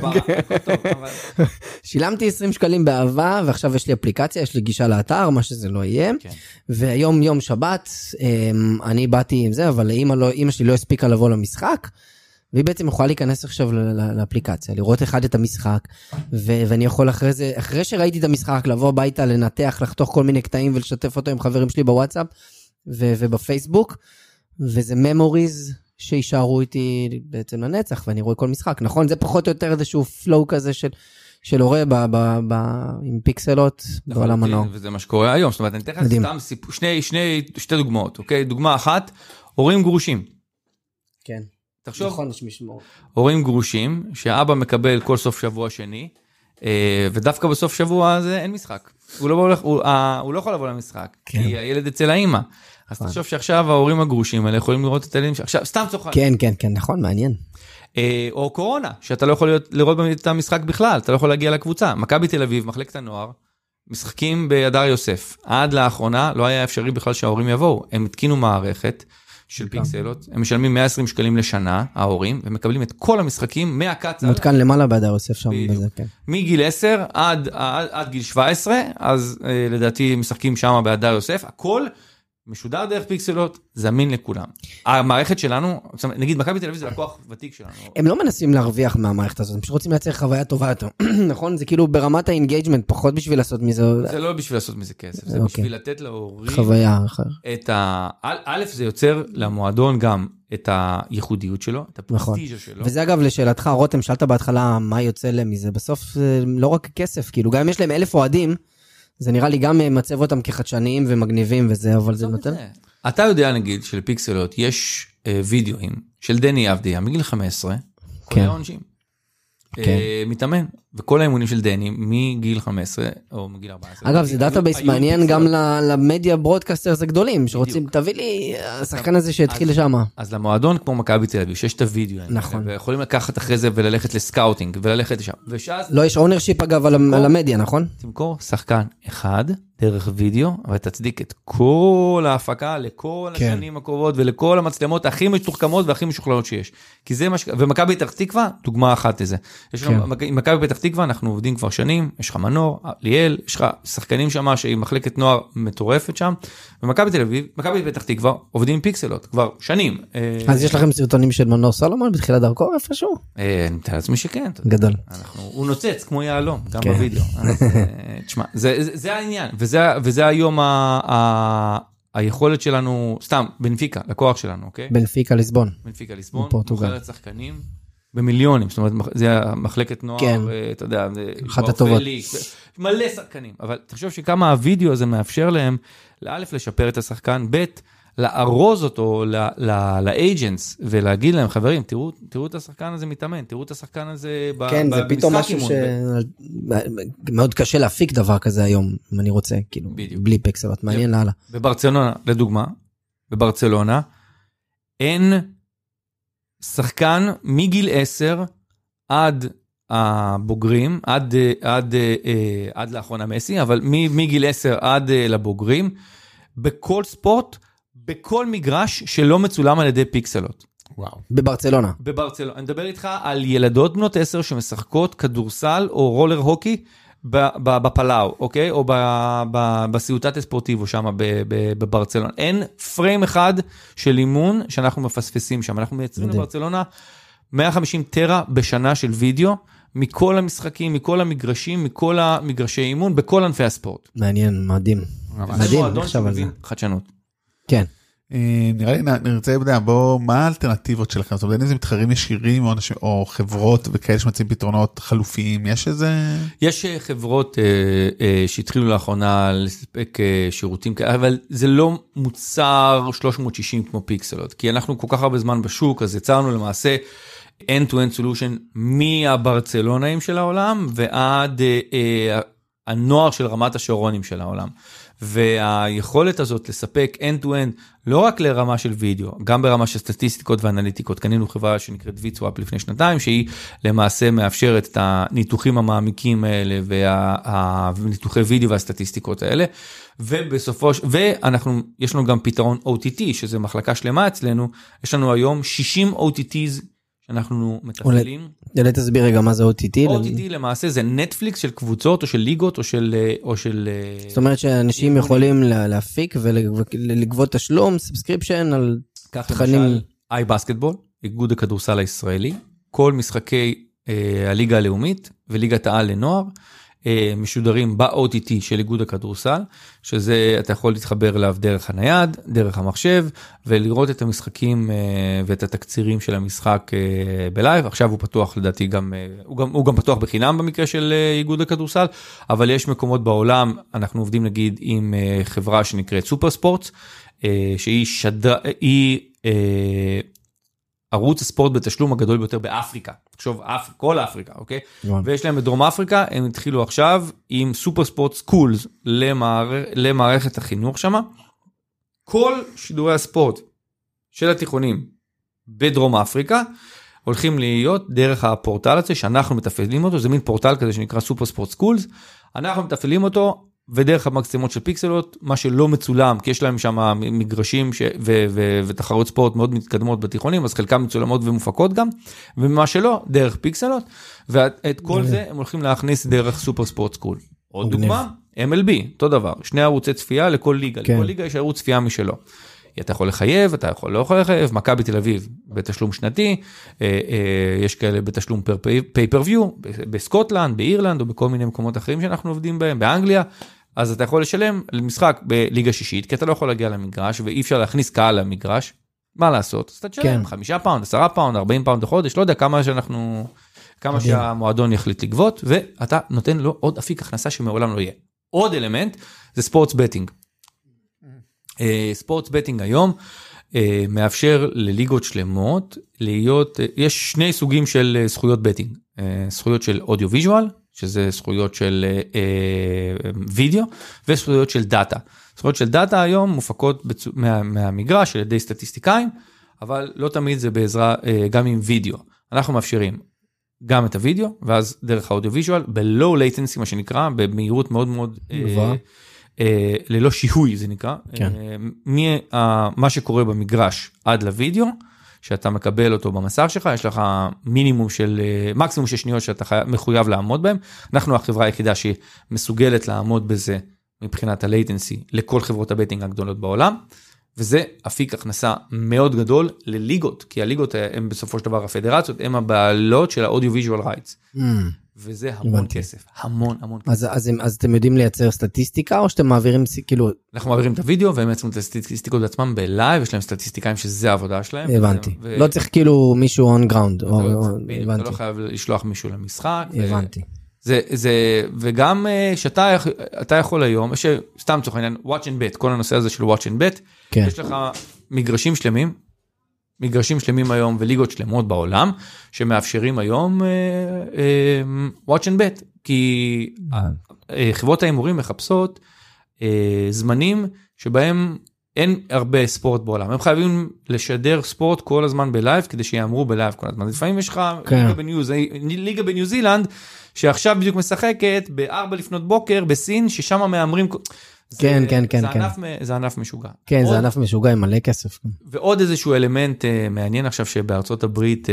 שילמתי 20 שקלים באהבה, ועכשיו יש לי אפליקציה, יש לי גישה לאתר, מה שזה לא יהיה. והיום יום שבת, אני באתי עם זה, אבל אמא שלי לא הספיקה לבוא למשחק, והיא בעצם יכולה להיכנס עכשיו לאפליקציה, לראות אחד את המשחק, ואני יכול אחרי שראיתי את המשחק, לבוא הביתה, לנתח, לחתוך כל מיני קטעים, ולשתף אותו עם חברים שלי בוואטסאפ, ובפייסבוק, וזה memories שישארו איתי בעצם לנצח, ואני רואה כל משחק, נכון? זה פחות או יותר איזשהו flow כזה של הורה עם פיקסלות בעולם הנוער. וזה מה שקורה היום, זאת אומרת, אני אתן לך סתם שתי דוגמאות, אוקיי? דוגמה אחת, הורים גרושים. כן. תחשוב, נכון, יש משמעות. הורים גרושים, שאבא מקבל כל סוף שבוע שני, ודווקא בסוף שבוע הזה אין משחק. הוא לא יכול לבוא למשחק, כי הילד אצל האמא. אז תחשוב שעכשיו ההורים הגרושים האלה יכולים לראות את הילדים, עכשיו סתם צוחק. כן, נכון, מעניין. או קורונה, שאתה לא יכול לראות את המשחק בכלל, אתה לא יכול להגיע לקבוצה. מכבי תל אביב, מחלקת הנוער, משחקים בהדר יוסף. עד לאחרונה לא היה אפשרי בכלל שההורים יבואו. הם התקינו מערכת של פיקסלות, הם משלמים 120 שקלים לשנה, ההורים, ומקבלים את כל המשחקים מהקצה. מותקן למעלה בהדר יוסף שם. מגיל 10 עד גיל 17, אז לדעתי משחקים שם בהדר יוסף, הכל משודר דרך פיקסלות, זמין לכולם. המערכת שלנו, נגיד מכבי תל אביב זה לקוח ותיק שלנו. הם לא מנסים להרוויח מהמערכת הזאת, הם פשוט רוצים לייצר חוויה טובה יותר. נכון? זה כאילו ברמת האינגייג'מנט, פחות בשביל לעשות מזה. זה לא בשביל לעשות מזה כסף, זה בשביל לתת להורים. חוויה. א', זה יוצר למועדון גם את הייחודיות שלו, את הפרסטיג'ה שלו. וזה אגב לשאלתך, רותם, שאלת בהתחלה מה יוצא להם מזה. בסוף זה לא רק כסף, כאילו גם אם יש להם 1,000 אוהדים, זה נראה לי גם מצב אותם כחדשניים ומגניבים וזה, אבל זה נותן. אתה יודע נגיד שלפיקסלות יש וידאוים של דני אבדיה מגיל 15, כל העונשים. מתאמן, וכל האימונים של דני מגיל 15 או מגיל 14. אגב, זה דאטאבייס מעניין גם למדיה ברודקאסטרס הגדולים, שרוצים, תביא לי השחקן הזה שהתחיל לשם. אז למועדון כמו מכבי תל אביב, שיש את הוידאו, ויכולים לקחת אחרי זה וללכת לסקאוטינג, וללכת לשם. לא, יש אונרשיפ אגב על המדיה, נכון? תמכור שחקן אחד דרך וידאו, ותצדיק את כל ההפקה לכל השנים הקרובות, ולכל המצלמות הכי מתוחכמות והכי משוכללות שיש. כי זה מה ומכבי פתח תקווה, דוגמה אחת לזה. עם מכבי פתח תקווה אנחנו עובדים כבר שנים, יש לך מנור, ליאל, יש לך שחקנים שם שהיא מחלקת נוער מטורפת שם, ומכבי תל אביב, מכבי פתח תקווה עובדים עם פיקסלות כבר שנים. אז יש לכם סרטונים של מנור סולומון בתחילת דרכו איפשהו? אני מתאר לעצמי שכן. גדול. הוא נוצץ כמו יעלום, גם בווידאו. תשמע, זה העניין, וזה היום היכולת שלנו, סתם, בנפיקה, לקוח שלנו, אוקיי? בנפיקה ליסבון. בנפיקה ליסבון, מוכרת שחקנים במיליונים, זאת אומרת, זה מחלקת נוער, אתה יודע, אחת הטובות. מלא שחקנים, אבל תחשוב שכמה הוידאו הזה מאפשר להם, לאלף לשפר את השחקן, ב' לארוז אותו לאג'נטס, ולהגיד להם, חברים, תראו את השחקן הזה מתאמן, תראו את השחקן הזה במשחק אימון. כן, זה פתאום משהו שמאוד קשה להפיק דבר כזה היום, אם אני רוצה, כאילו, בלי פיקסלות, מעניין להלאה. בברצלונה, לדוגמה, בברצלונה, אין שחקן מגיל 10 עד הבוגרים, עד לאחרונה מסי, אבל מגיל 10 עד לבוגרים, בכל ספורט, בכל מגרש שלא מצולם על ידי פיקסלות. וואו. בברצלונה. בברצלונה. אני מדבר איתך על ילדות בנות 10 שמשחקות כדורסל או רולר הוקי בפלאו, אוקיי? או בסיוטת הספורטיבו שם בברצלונה. אין פריים אחד של אימון שאנחנו מפספסים שם. אנחנו מייצרים בברצלונה 150 טרה בשנה של וידאו, מכל המשחקים, מכל המגרשים, מכל המגרשי אימון, בכל ענפי הספורט. מעניין, מדהים. מדהים, נחשב על זה. חדשנות. כן. נראה לי, נרצה לדעת, מה האלטרנטיבות שלכם? זאת אומרת, איזה מתחרים ישירים או חברות וכאלה שמציעים פתרונות חלופיים? יש איזה... יש חברות שהתחילו לאחרונה לספק שירותים כאלה, אבל זה לא מוצר 360 כמו פיקסלות, כי אנחנו כל כך הרבה זמן בשוק, אז יצרנו למעשה end-to-end solution מהברצלונאים של העולם ועד הנוער של רמת השרונים של העולם. והיכולת הזאת לספק end-to-end לא רק לרמה של וידאו, גם ברמה של סטטיסטיקות ואנליטיקות. קנינו חברה שנקראת ויצוואפ לפני שנתיים, שהיא למעשה מאפשרת את הניתוחים המעמיקים האלה והניתוחי וידאו והסטטיסטיקות האלה. יש לנו גם פתרון OTT, שזה מחלקה שלמה אצלנו. יש לנו היום 60 OTTs שאנחנו מתפעלים. אולי תסביר רגע מה זה OTT. OTT למעשה זה נטפליקס של קבוצות או של ליגות או של... זאת אומרת שאנשים יכולים להפיק ולגבות תשלום, סאבסקריפשן על תכנים. למשל, iBasketball, איגוד הכדורסל הישראלי, כל משחקי הליגה הלאומית וליגת העל לנוער, משודרים ב-OTT של איגוד הכדורסל, שזה אתה יכול להתחבר אליו דרך הנייד, דרך המחשב, ולראות את המשחקים ואת התקצירים של המשחק בלייב. עכשיו הוא פתוח לדעתי הוא גם פתוח בחינם במקרה של איגוד הכדורסל, אבל יש מקומות בעולם, אנחנו עובדים נגיד עם חברה שנקראת סופר ספורט, שהיא ערוץ הספורט בתשלום הגדול ביותר באפריקה. תחשוב, כל אפריקה, אוקיי? ויש להם בדרום אפריקה, הם התחילו עכשיו עם סופר ספורט סקולס למערכת החינוך שמה. כל שידורי הספורט של התיכונים בדרום אפריקה, הולכים להיות דרך הפורטל הזה, שאנחנו מתפעלים אותו, זה מין פורטל כזה שנקרא סופר ספורט סקולס, אנחנו מתפעלים אותו, ודרך המקסימות של פיקסלות, מה שלא מצולם, כי יש להם שם מגרשים ותחרות ספורט מאוד מתקדמות בתיכונים, אז חלקם מצולמות ומופקות גם, ומה שלא, דרך פיקסלות, ואת כל זה הם הולכים להכניס דרך סופר ספורט סקול. עוד דוגמה, MLB, אותו דבר, 2 ערוצי צפייה לכל ליגה, לכל ליגה יש ערוץ צפייה משלו. אתה יכול לחייב, אתה לא יכול לחייב, מכבי תל אביב בתשלום שנתי, יש כאלה בתשלום pay-per-view, בסקוטלנד, באירלנד, או בכל מיני מקומות אחרים שאנחנו עובדים בהם, באנגליה, אז אתה יכול לשלם למשחק בליגה שישית, כי אתה לא יכול להגיע למגרש, ואי אפשר להכניס קהל למגרש, מה לעשות? אז אתה תשלם 5 פאונד, 10 פאונד, 40 פאונד לחודש, לא יודע כמה שהמועדון יחליט לגבות, ואתה נותן לו עוד אפיק הכנסה שמעולם לא יהיה. עוד אלמנט, זה ספורטס בטינג. ספורטס בטינג היום מאפשר לליגות שלמות להיות, יש 2 סוגים של זכויות בטינג, זכויות של אודיו ויז'ואל, שזה זכויות של וידאו, וזכויות של דאטה. זכויות של דאטה היום מופקות מהמגרש על ידי סטטיסטיקאים, אבל לא תמיד זה בעזרה גם עם וידאו. אנחנו מאפשרים גם את הוידאו, ואז דרך האודיו ויז'ואל, בלואו לייטנסי מה שנקרא, במהירות מאוד מאוד ללא שיהוי זה נקרא, מה שקורה במגרש עד לוידאו, שאתה מקבל אותו במסך שלך, יש לך מקסימום של שניות שאתה מחויב לעמוד בהם, אנחנו החברה היחידה שמסוגלת לעמוד בזה מבחינת הלייטנסי לכל חברות הבטינג הגדולות בעולם, וזה אפיק הכנסה מאוד גדול לליגות, כי הליגות הן בסופו של דבר הפדרציות, הן הבעלות של האודיו-ויז'ואל רייטס. וזה המון כסף, המון כסף. אז אתם יודעים לייצר סטטיסטיקה, או שאתם מעבירים, כאילו... אנחנו מעבירים את הוידאו, והם מייצרים את הסטטיסטיקות בעצמם בלייב, יש להם סטטיסטיקאים שזה העבודה שלהם. הבנתי. לא צריך כאילו מישהו on ground. אתה לא חייב לשלוח מישהו למשחק. הבנתי. וגם שאתה יכול היום, סתם צורך העניין, watch and bet, כל הנושא הזה של watch and bet, יש לך מגרשים שלמים היום וליגות שלמות בעולם, שמאפשרים היום watch and bet, כי חברות ההימורים מחפשות זמנים שבהם אין הרבה ספורט בעולם, הם חייבים לשדר ספורט כל הזמן בלייב, כדי שיאמרו בלייב כל הזמן, לפעמים יש לך ליגה בניו זילנד, שעכשיו בדיוק משחקת ב-4 לפנות בוקר בסין, ששם מאמרים... כן. זה ענף משוגע. כן, זה ענף משוגע עם מלא כסף. ועוד איזשהו אלמנט מעניין עכשיו שבארצות הברית,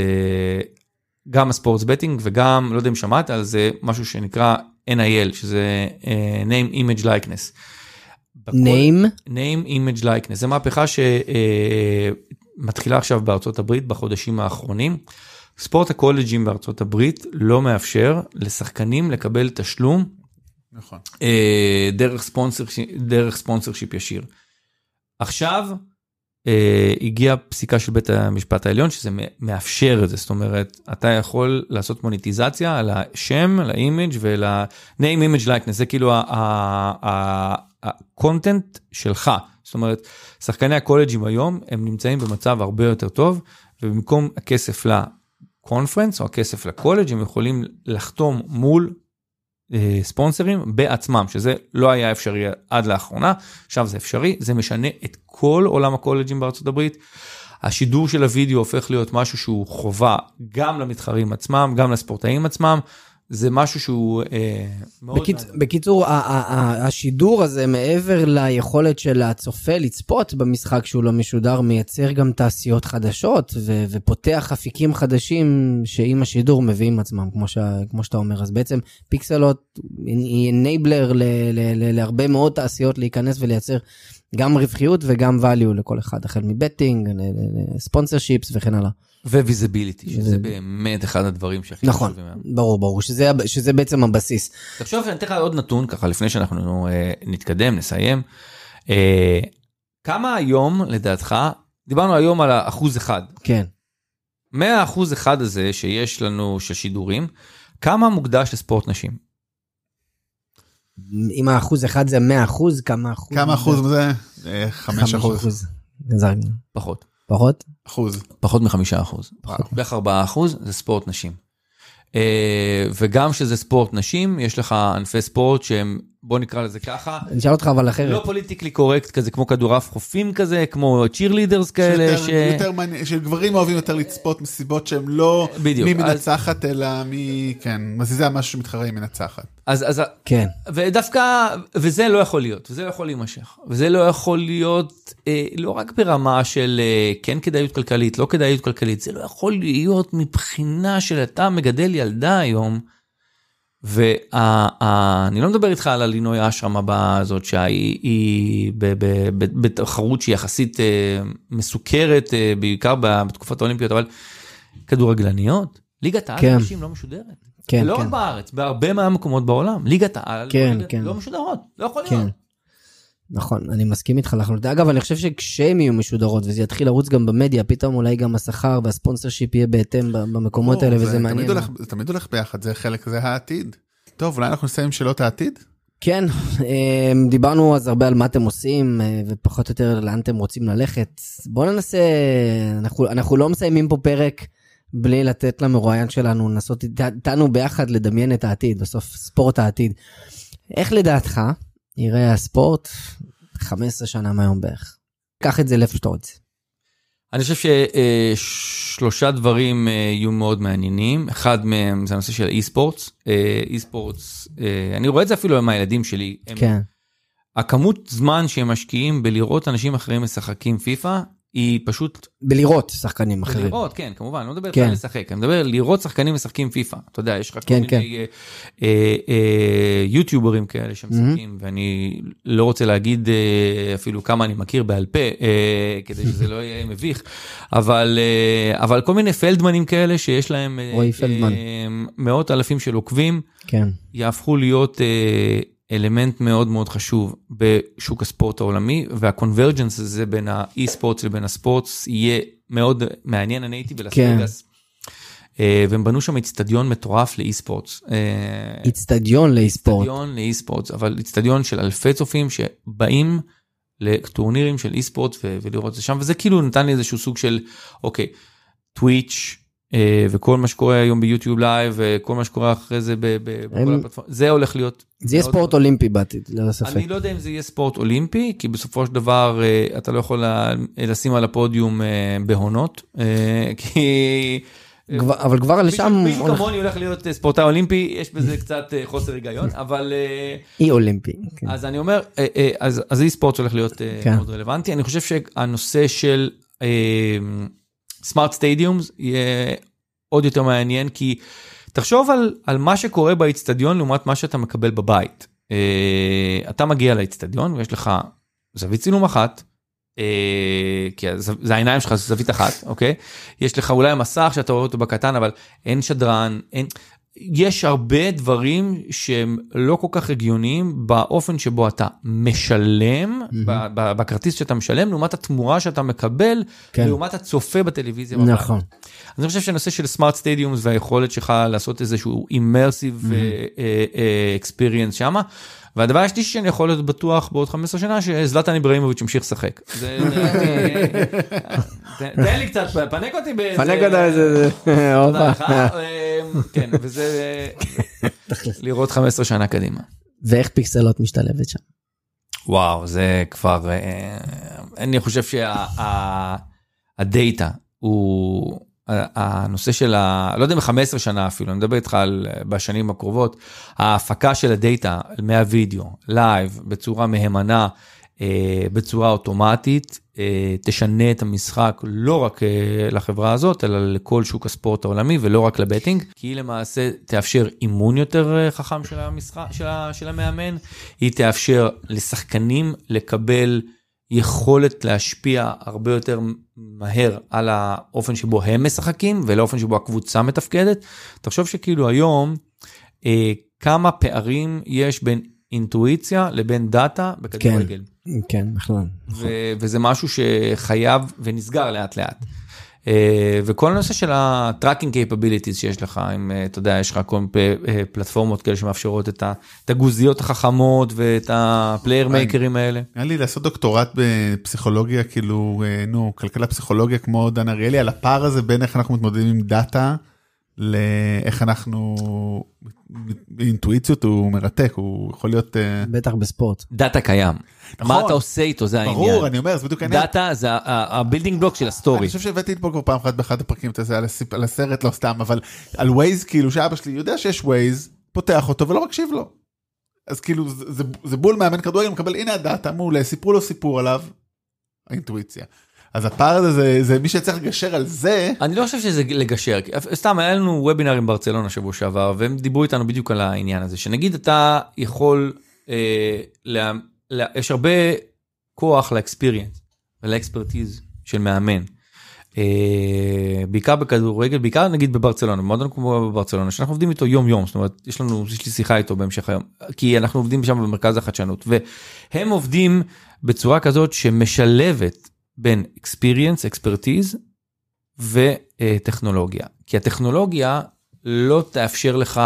גם הספורטס בטינג וגם, לא יודע אם שמעת על זה, משהו שנקרא NIL, שזה Name Image Likeness. Name Image Likeness. זה מהפכה שמתחילה עכשיו בארצות הברית בחודשים האחרונים. ספורט הקולג'ים בארצות הברית לא מאפשר לשחקנים לקבל תשלום, נכון. דרך ספונסרשיפ ישיר. עכשיו, הגיעה פסיקה של בית המשפט העליון, שזה מאפשר את זה, זאת אומרת, אתה יכול לעשות מוניטיזציה על השם, על האימג' ול-name image likeness, זה כאילו הקונטנט שלך, זאת אומרת, שחקני הקולג'ים היום, הם נמצאים במצב הרבה יותר טוב, ובמקום הכסף לקונפרנס, או הכסף לקולג' הם יכולים לחתום מול ספונסרים בעצמם, שזה לא היה אפשרי עד לאחרונה, עכשיו זה אפשרי, זה משנה את כל עולם הקולג'ים בארצות הברית, השידור של הוידאו הופך להיות משהו שהוא חובה גם למתחרים עצמם, גם לספורטאים עצמם, זה משהו שהוא מאוד... בקיצור, השידור הזה מעבר ליכולת של הצופה לצפות במשחק שהוא לא משודר, מייצר גם תעשיות חדשות ופותח אפיקים חדשים שעם השידור מביאים עצמם, כמו שאתה אומר. אז בעצם פיקסלות היא אנייבלר להרבה מאוד תעשיות להיכנס ולייצר גם רווחיות וגם value לכל אחד, החל מבטינג, ספונסרשיפס וכן הלאה. וויזיביליטי, שזה באמת אחד הדברים שהכי נכון, ברור, שזה בעצם הבסיס. עכשיו אני אתן לך עוד נתון, ככה לפני שאנחנו נתקדם, נסיים. כמה היום, לדעתך, דיברנו היום על 1%. כן. 100% הזה שיש לנו של שידורים, כמה מוקדש לספורט נשים? אם 1% זה 100%, כמה אחוז? כמה אחוז זה? 5%. פחות. פחות? אחוז. פחות מ5%. בערך 4% זה ספורט נשים. וגם שזה ספורט נשים, יש לך ענפי ספורט שהם, בוא נקרא לזה ככה. אני אשאל אותך אבל אחרת. לא פוליטיקלי קורקט כזה, כמו כדורעף חופים כזה, כמו cheerleaders כאלה. שגברים אוהבים יותר לצפות מסיבות שהם לא מי מנצחת, אלא מי, כן, זה משהו שמתחרה עם מנצחת. אז כן. ודווקא, וזה לא יכול להיות, וזה לא יכול להימשך. וזה לא יכול להיות, לא רק ברמה של כן כדאיות כלכלית, לא כדאיות כלכלית, זה לא יכול להיות מבחינה של אתה מגדל ילדה היום, ואני לא מדבר איתך על אלינוי אשרם הבאה הזאת, שהיא בתחרות שהיא יחסית מסוכרת, בעיקר בתקופת האולימפיות, אבל כדורגלניות, ליגת העל אנשים לא משודרת. לא רק בארץ, בהרבה מהמקומות בעולם, ליגת העל לא משודרות, לא יכול להיות. נכון, אני מסכים איתך לחלוטין. אגב, אני חושב שכשהם יהיו משודרות, וזה יתחיל לרוץ גם במדיה, פתאום אולי גם השכר והספונסרשיפ יהיה בהתאם במקומות האלה, וזה מעניין. זה תמיד הולך ביחד, זה חלק, זה העתיד. טוב, אולי אנחנו נסיים שאלות העתיד? כן, דיברנו אז הרבה על מה אתם עושים, ופחות או יותר לאן אתם רוצים ללכת. בואו ננסה, אנחנו לא מסיימים פה פרק, בלי לתת למרואיין שלנו, לנסות איתנו ביחד לדמיין את העתיד, בסוף ספורט העתיד. איך לדעתך יראה הספורט 15 שנה מהיום בערך? קח את זה לאיפה שאתה רוצה. אני חושב ששלושה דברים יהיו מאוד מעניינים. אחד מהם זה הנושא של אי-ספורטס. אי-ספורטס, אני רואה את זה אפילו עם הילדים שלי. כן. הכמות זמן שהם משקיעים בלראות אנשים אחרים משחקים פיפא, היא פשוט... בלראות שחקנים אחרים. בלראות, כן, כמובן, אני לא מדבר על לשחק, אני מדבר לראות שחקנים משחקים פיפא. אתה יודע, יש רק כל מיני יוטיוברים כאלה שמשחקים, ואני לא רוצה להגיד אפילו כמה אני מכיר בעל פה, כדי שזה לא יהיה מביך, אבל כל מיני פלדמנים כאלה שיש להם מאות אלפים של עוקבים, יהפכו להיות... אלמנט מאוד מאוד חשוב בשוק הספורט העולמי, והקונברג'נס הזה בין האי-ספורטס לבין הספורטס יהיה מאוד מעניין. אני הייתי בלס-וגאס, והם בנו שם אצטדיון מטורף לאי-ספורטס. אצטדיון לאי-ספורט. אצטדיון לאי-ספורטס, אבל אצטדיון של אלפי צופים שבאים לטורנירים של אי-ספורט ולראות את זה שם, וזה כאילו נתן לי איזשהו סוג של, אוקיי, טוויץ', וכל מה שקורה היום ביוטיוב לייב, וכל מה שקורה אחרי זה בכל הפלטפורמה, זה הולך להיות... זה יהיה ספורט אולימפי בעתיד, לא ספק. אני לא יודע אם זה יהיה ספורט אולימפי, כי בסופו של דבר אתה לא יכול לשים על הפודיום בהונות, כי... אבל כבר לשם... מישהו כמוני הולך להיות ספורטאי אולימפי, יש בזה קצת חוסר היגיון, אבל... אי אולימפי. אז אני אומר, אז אי ספורט הולך להיות מאוד רלוונטי. אני חושב שהנושא של... סמארט סטדיומס יהיה עוד יותר מעניין, כי תחשוב על מה שקורה באצטדיון לעומת מה שאתה מקבל בבית. אתה מגיע לאצטדיון ויש לך זווית צילום אחת, כי זה העיניים שלך, זה זווית אחת, אוקיי? יש לך אולי מסך שאתה רואה אותו בקטן, אבל אין שדרן, יש הרבה דברים שהם לא כל כך הגיוניים באופן שבו אתה משלם, בכרטיס שאתה משלם, לעומת התמורה שאתה מקבל, לעומת הצופה בטלוויזיה. נכון. אני חושב שהנושא של סמארט סטדיומס והיכולת שלך לעשות איזשהו immersive experience שמה, והדבר השלישי שאני יכול להיות בטוח בעוד 15 שנה, שזלטן איברהימוביץ' המשיך לשחק. תן לי קצת, פנק אותי באיזה... פנק אותה איזה... תודה לך. כן, וזה לראות 15 שנה קדימה. ואיך פיקסלות משתלבת שם? וואו, זה כבר... אני חושב שהדאטה הוא... הנושא של לא יודע, 15 שנה אפילו, אני מדבר איתך על בשנים הקרובות, ההפקה של הדאטה מהווידאו, לייב, בצורה מהימנה, בצורה אוטומטית, תשנה את המשחק לא רק לחברה הזאת, אלא לכל שוק הספורט העולמי, ולא רק לבטינג, כי היא למעשה תאפשר אימון יותר חכם של המשחק, של המאמן, היא תאפשר לשחקנים לקבל יכולת להשפיע הרבה יותר מהר על האופן שבו הם משחקים, ולאופן שבו הקבוצה מתפקדת. תחשוב שכאילו היום, כמה פערים יש בין אינטואיציה לבין דאטה בכדורגל. כן, בכלל. וזה משהו שחייב ונסגר לאט לאט. וכל הנושא של ה-tracking capabilities שיש לך, אם אתה יודע, יש לך כל פלטפורמות כאלה שמאפשרות את הגוזיות החכמות ואת הפלייר מייקרים האלה. היה לי לעשות דוקטורט בפסיכולוגיה, כאילו, כלכלה פסיכולוגיה כמו דן אריאלי, על הפער הזה בין איך אנחנו מתמודדים עם דאטה, לאיך אנחנו, אינטואיציות הוא מרתק, הוא יכול להיות... בטח בספורט. דאטה קיים. מה אתה עושה איתו, זה העניין. ברור, אני אומר, זה בדיוק העניין. דאטה זה הבילדינג בלוק של הסטורי. אני חושב שהבאתי פה כבר פעם אחת באחד הפרקים, זה על הסרט, לא סתם, אבל על ווייז, כאילו שאבא שלי יודע שיש ווייז, פותח אותו ולא מקשיב לו. אז כאילו, זה בול מאמן כדורגל, מקבל, הנה הדאטה, מעולה, סיפרו לו סיפור עליו, האינטואיציה. אז הפער הזה, זה מי שצריך לגשר על זה. אני לא חושב שזה לגשר, סתם, היה לנו וובינרים ברצלונה שבוע שעבר, והם דיברו איתנו בדיוק על העניין הזה, שנגיד אתה יכול, יש הרבה כוח לאקספיריאנס, ולאקספרטיז של מאמן, בעיקר בכדורגל, בעיקר נגיד בברצלונה, במועדון כמו בברצלונה, שאנחנו עובדים איתו יום יום, זאת אומרת, יש לי שיחה איתו בהמשך היום, כי אנחנו עובדים שם במרכז החדשנות, והם עובדים בצורה כזאת שמשלבת, בין experience, expertise וטכנולוגיה. כי הטכנולוגיה לא תאפשר לך,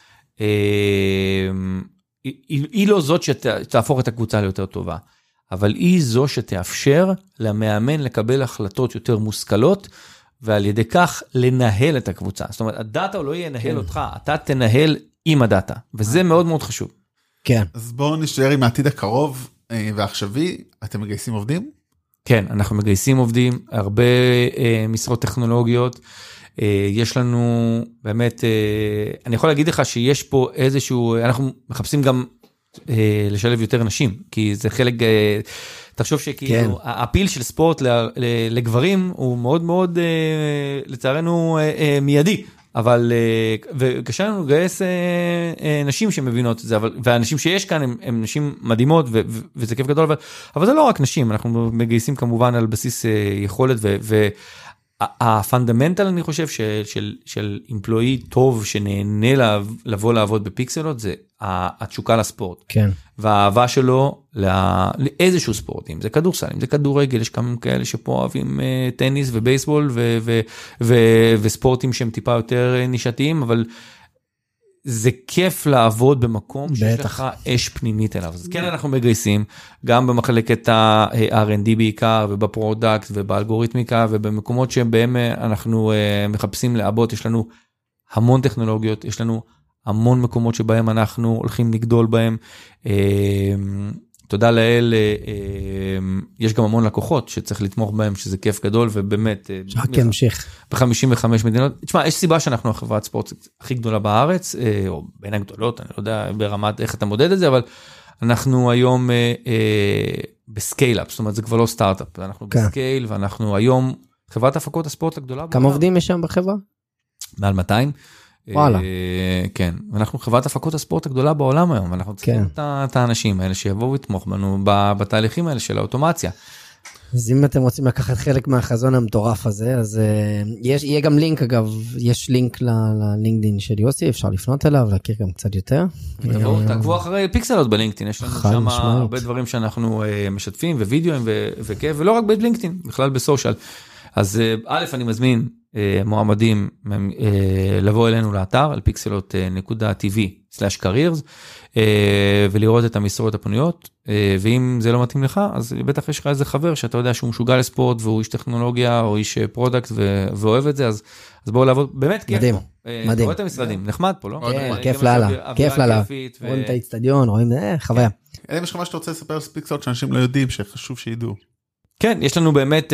היא לא זאת שתהפוך את הקבוצה ליותר טובה, אבל היא זו שתאפשר למאמן לקבל החלטות יותר מושכלות, ועל ידי כך לנהל את הקבוצה. זאת אומרת, הדאטה לא ינהל אותך, אתה תנהל עם הדאטה, וזה מאוד מאוד חשוב. כן. אז בואו נשאר עם העתיד הקרוב ועכשווי, אתם מגייסים עובדים? כן, אנחנו מגייסים עובדים, הרבה משרות טכנולוגיות, יש לנו באמת, אני יכול להגיד לך שיש פה איזשהו, אנחנו מחפשים גם לשלב יותר נשים, כי זה חלק, תחשוב שכאילו, הפיל של ספורט לגברים הוא מאוד מאוד, לצערנו, מיידי. אבל, וקשה לנו לגייס נשים שמבינות את זה, והאנשים שיש כאן הם נשים מדהימות, וזה כיף גדול, אבל זה לא רק נשים, אנחנו מגייסים כמובן על בסיס יכולת, והפונדמנטל אני חושב של אמפלואי טוב שנהנה לבוא לעבוד בפיקסלות, זה התשוקה לספורט. כן. והאהבה שלו לאיזשהו ספורט, אם זה כדורסל, אם זה כדורגל, יש כמה כאלה שפה אוהבים טניס ובייסבול וספורטים שהם טיפה יותר נישתיים, אבל זה כיף לעבוד במקום שיש לך אש פנימית אליו. אז כן, אנחנו מגייסים, גם במחלקת ה-R&D בעיקר, ובפרודקט, ובאלגוריתמיקה, ובמקומות שבהם אנחנו מחפשים לעבוד, יש לנו המון טכנולוגיות, יש לנו המון מקומות שבהם אנחנו הולכים לגדול בהם. תודה לאל, יש גם המון לקוחות שצריך לתמוך בהם, שזה כיף גדול, ובאמת, רק ימשיך. ב-55 מדינות. תשמע, יש סיבה שאנחנו החברת ספורט הכי גדולה בארץ, או בין הגדולות, אני לא יודע ברמת איך אתה מודד את זה, אבל אנחנו היום בסקייל-אפ, זאת אומרת, זה כבר לא סטארט-אפ, אנחנו בסקייל, ואנחנו היום חברת הפקות הספורט הגדולה. כמה עובדים יש שם בחברה? מעל 200. וואלה. כן, ואנחנו חברת הפקות הספורט הגדולה בעולם היום, ואנחנו צריכים את האנשים האלה שיבואו לתמוך בנו בתהליכים האלה של האוטומציה. אז אם אתם רוצים לקחת חלק מהחזון המטורף הזה, אז יהיה גם לינק, אגב, יש לינק ללינקדין של יוסי, אפשר לפנות אליו, להכיר גם קצת יותר. תעקבו אחרי פיקסלות בלינקדין, יש לנו שם הרבה דברים שאנחנו משתפים, ווידאוים וכיף, ולא רק בלינקדין, בכלל בסושיאל. אז א', אני מזמין מועמדים לבוא אלינו לאתר, על pixelot.tv/careers, ולראות את המשרות הפנויות, ואם זה לא מתאים לך, אז בטח יש לך איזה חבר שאתה יודע שהוא משוגע לספורט, והוא איש טכנולוגיה, או איש פרודקט, ואוהב את זה, אז בואו לעבוד, באמת כיף פה. מדהים. אתה רואה את המשרדים, נחמד פה, לא? כן, כיף לאללה, כיף לאללה. רואים את האצטדיון, רואים, חוויה. אלא אם יש לך מה שאתה רוצה לספר על פיקסלוט, שאנשים לא יודעים, שחשוב שידעו. כן, יש לנו באמת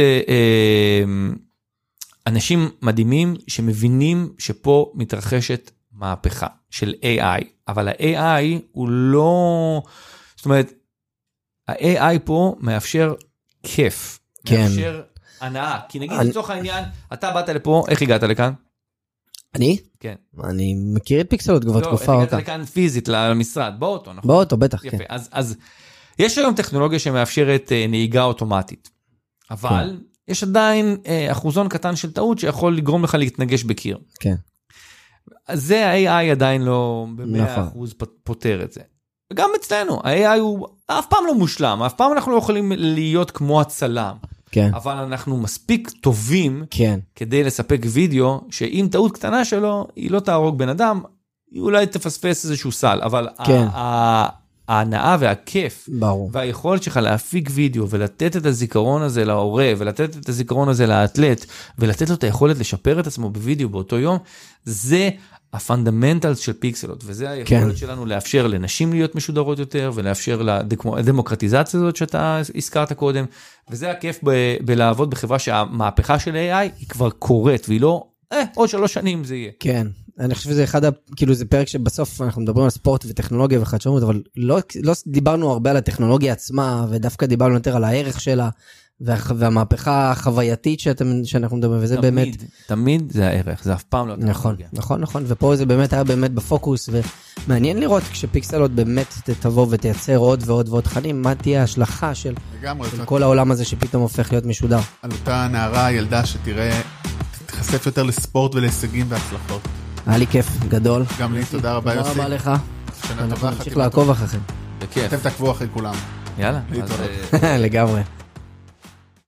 אנשים מדהימים שמבינים שפה מתרחשת מהפכה של AI, אבל ה-AI הוא לא, זאת אומרת, ה-AI פה מאפשר כיף, מאפשר הנאה, כי נגיד לצורך העניין, אתה באת לפה, איך הגעת לכאן? אני? כן. אני מכיר את פיקסלוט כבר תקופה אותה. הגעת לכאן פיזית למשרד, באוטו, נכון? באוטו, בטח, כן. אז יש היום טכנולוגיה שמאפשרת נהיגה אוטומטית, אבל יש עדיין אחוזון קטן של טעות שיכול לגרום לך להתנגש בקיר. כן. אז זה ה-AI עדיין לא ב-100% פותר את זה. וגם אצלנו, ה-AI הוא אף פעם לא מושלם, אף פעם אנחנו לא יכולים להיות כמו הצלם. כן. אבל אנחנו מספיק טובים כן. כדי לספק וידאו, שאם טעות קטנה שלו, היא לא תהרוג בן אדם, היא אולי תפספס איזשהו סל, אבל כן. ההנאה והכיף, ברור. והיכולת שלך להפיק וידאו, ולתת את הזיכרון הזה להורה, ולתת את הזיכרון הזה לאתלט, ולתת לו את היכולת לשפר את עצמו בוידאו באותו יום, זה הפונדמנטלס של פיקסלוט, וזה היכולת שלנו לאפשר לנשים להיות משודרות יותר, ולאפשר לדמוקרטיזציה הזאת שאתה הזכרת קודם, וזה הכיף בלעבוד בחברה שהמהפכה של AI היא כבר קורית, והיא לא, עוד 3 שנים זה יהיה. כן. אני חושב שזה אחד, כאילו זה פרק שבסוף אנחנו מדברים על ספורט וטכנולוגיה וחדשנות, אבל לא דיברנו הרבה על הטכנולוגיה עצמה, ודווקא דיברנו יותר על הערך שלה, והמהפכה החווייתית שאנחנו מדברים, וזה באמת... תמיד זה הערך, זה אף פעם לא טכנולוגיה. נכון, ופה זה באמת היה באמת בפוקוס, ומעניין לראות כשפיקסלוט באמת תבוא ותייצר עוד ועוד ועוד תכנים, מה תהיה ההשלכה של כל העולם הזה שפתאום הופך להיות משודר. על אותה נערה, ילדה שתראה, תחשף יותר לספורט ולהישגים והצלחות. היה לי כיף גדול. גם לי, תודה רבה יוסי. תודה רבה לך. שנה טובה. נמשיך לעקוב אחריכם. בכיף. אתם תעקבו אחרי כולם. יאללה. לגמרי.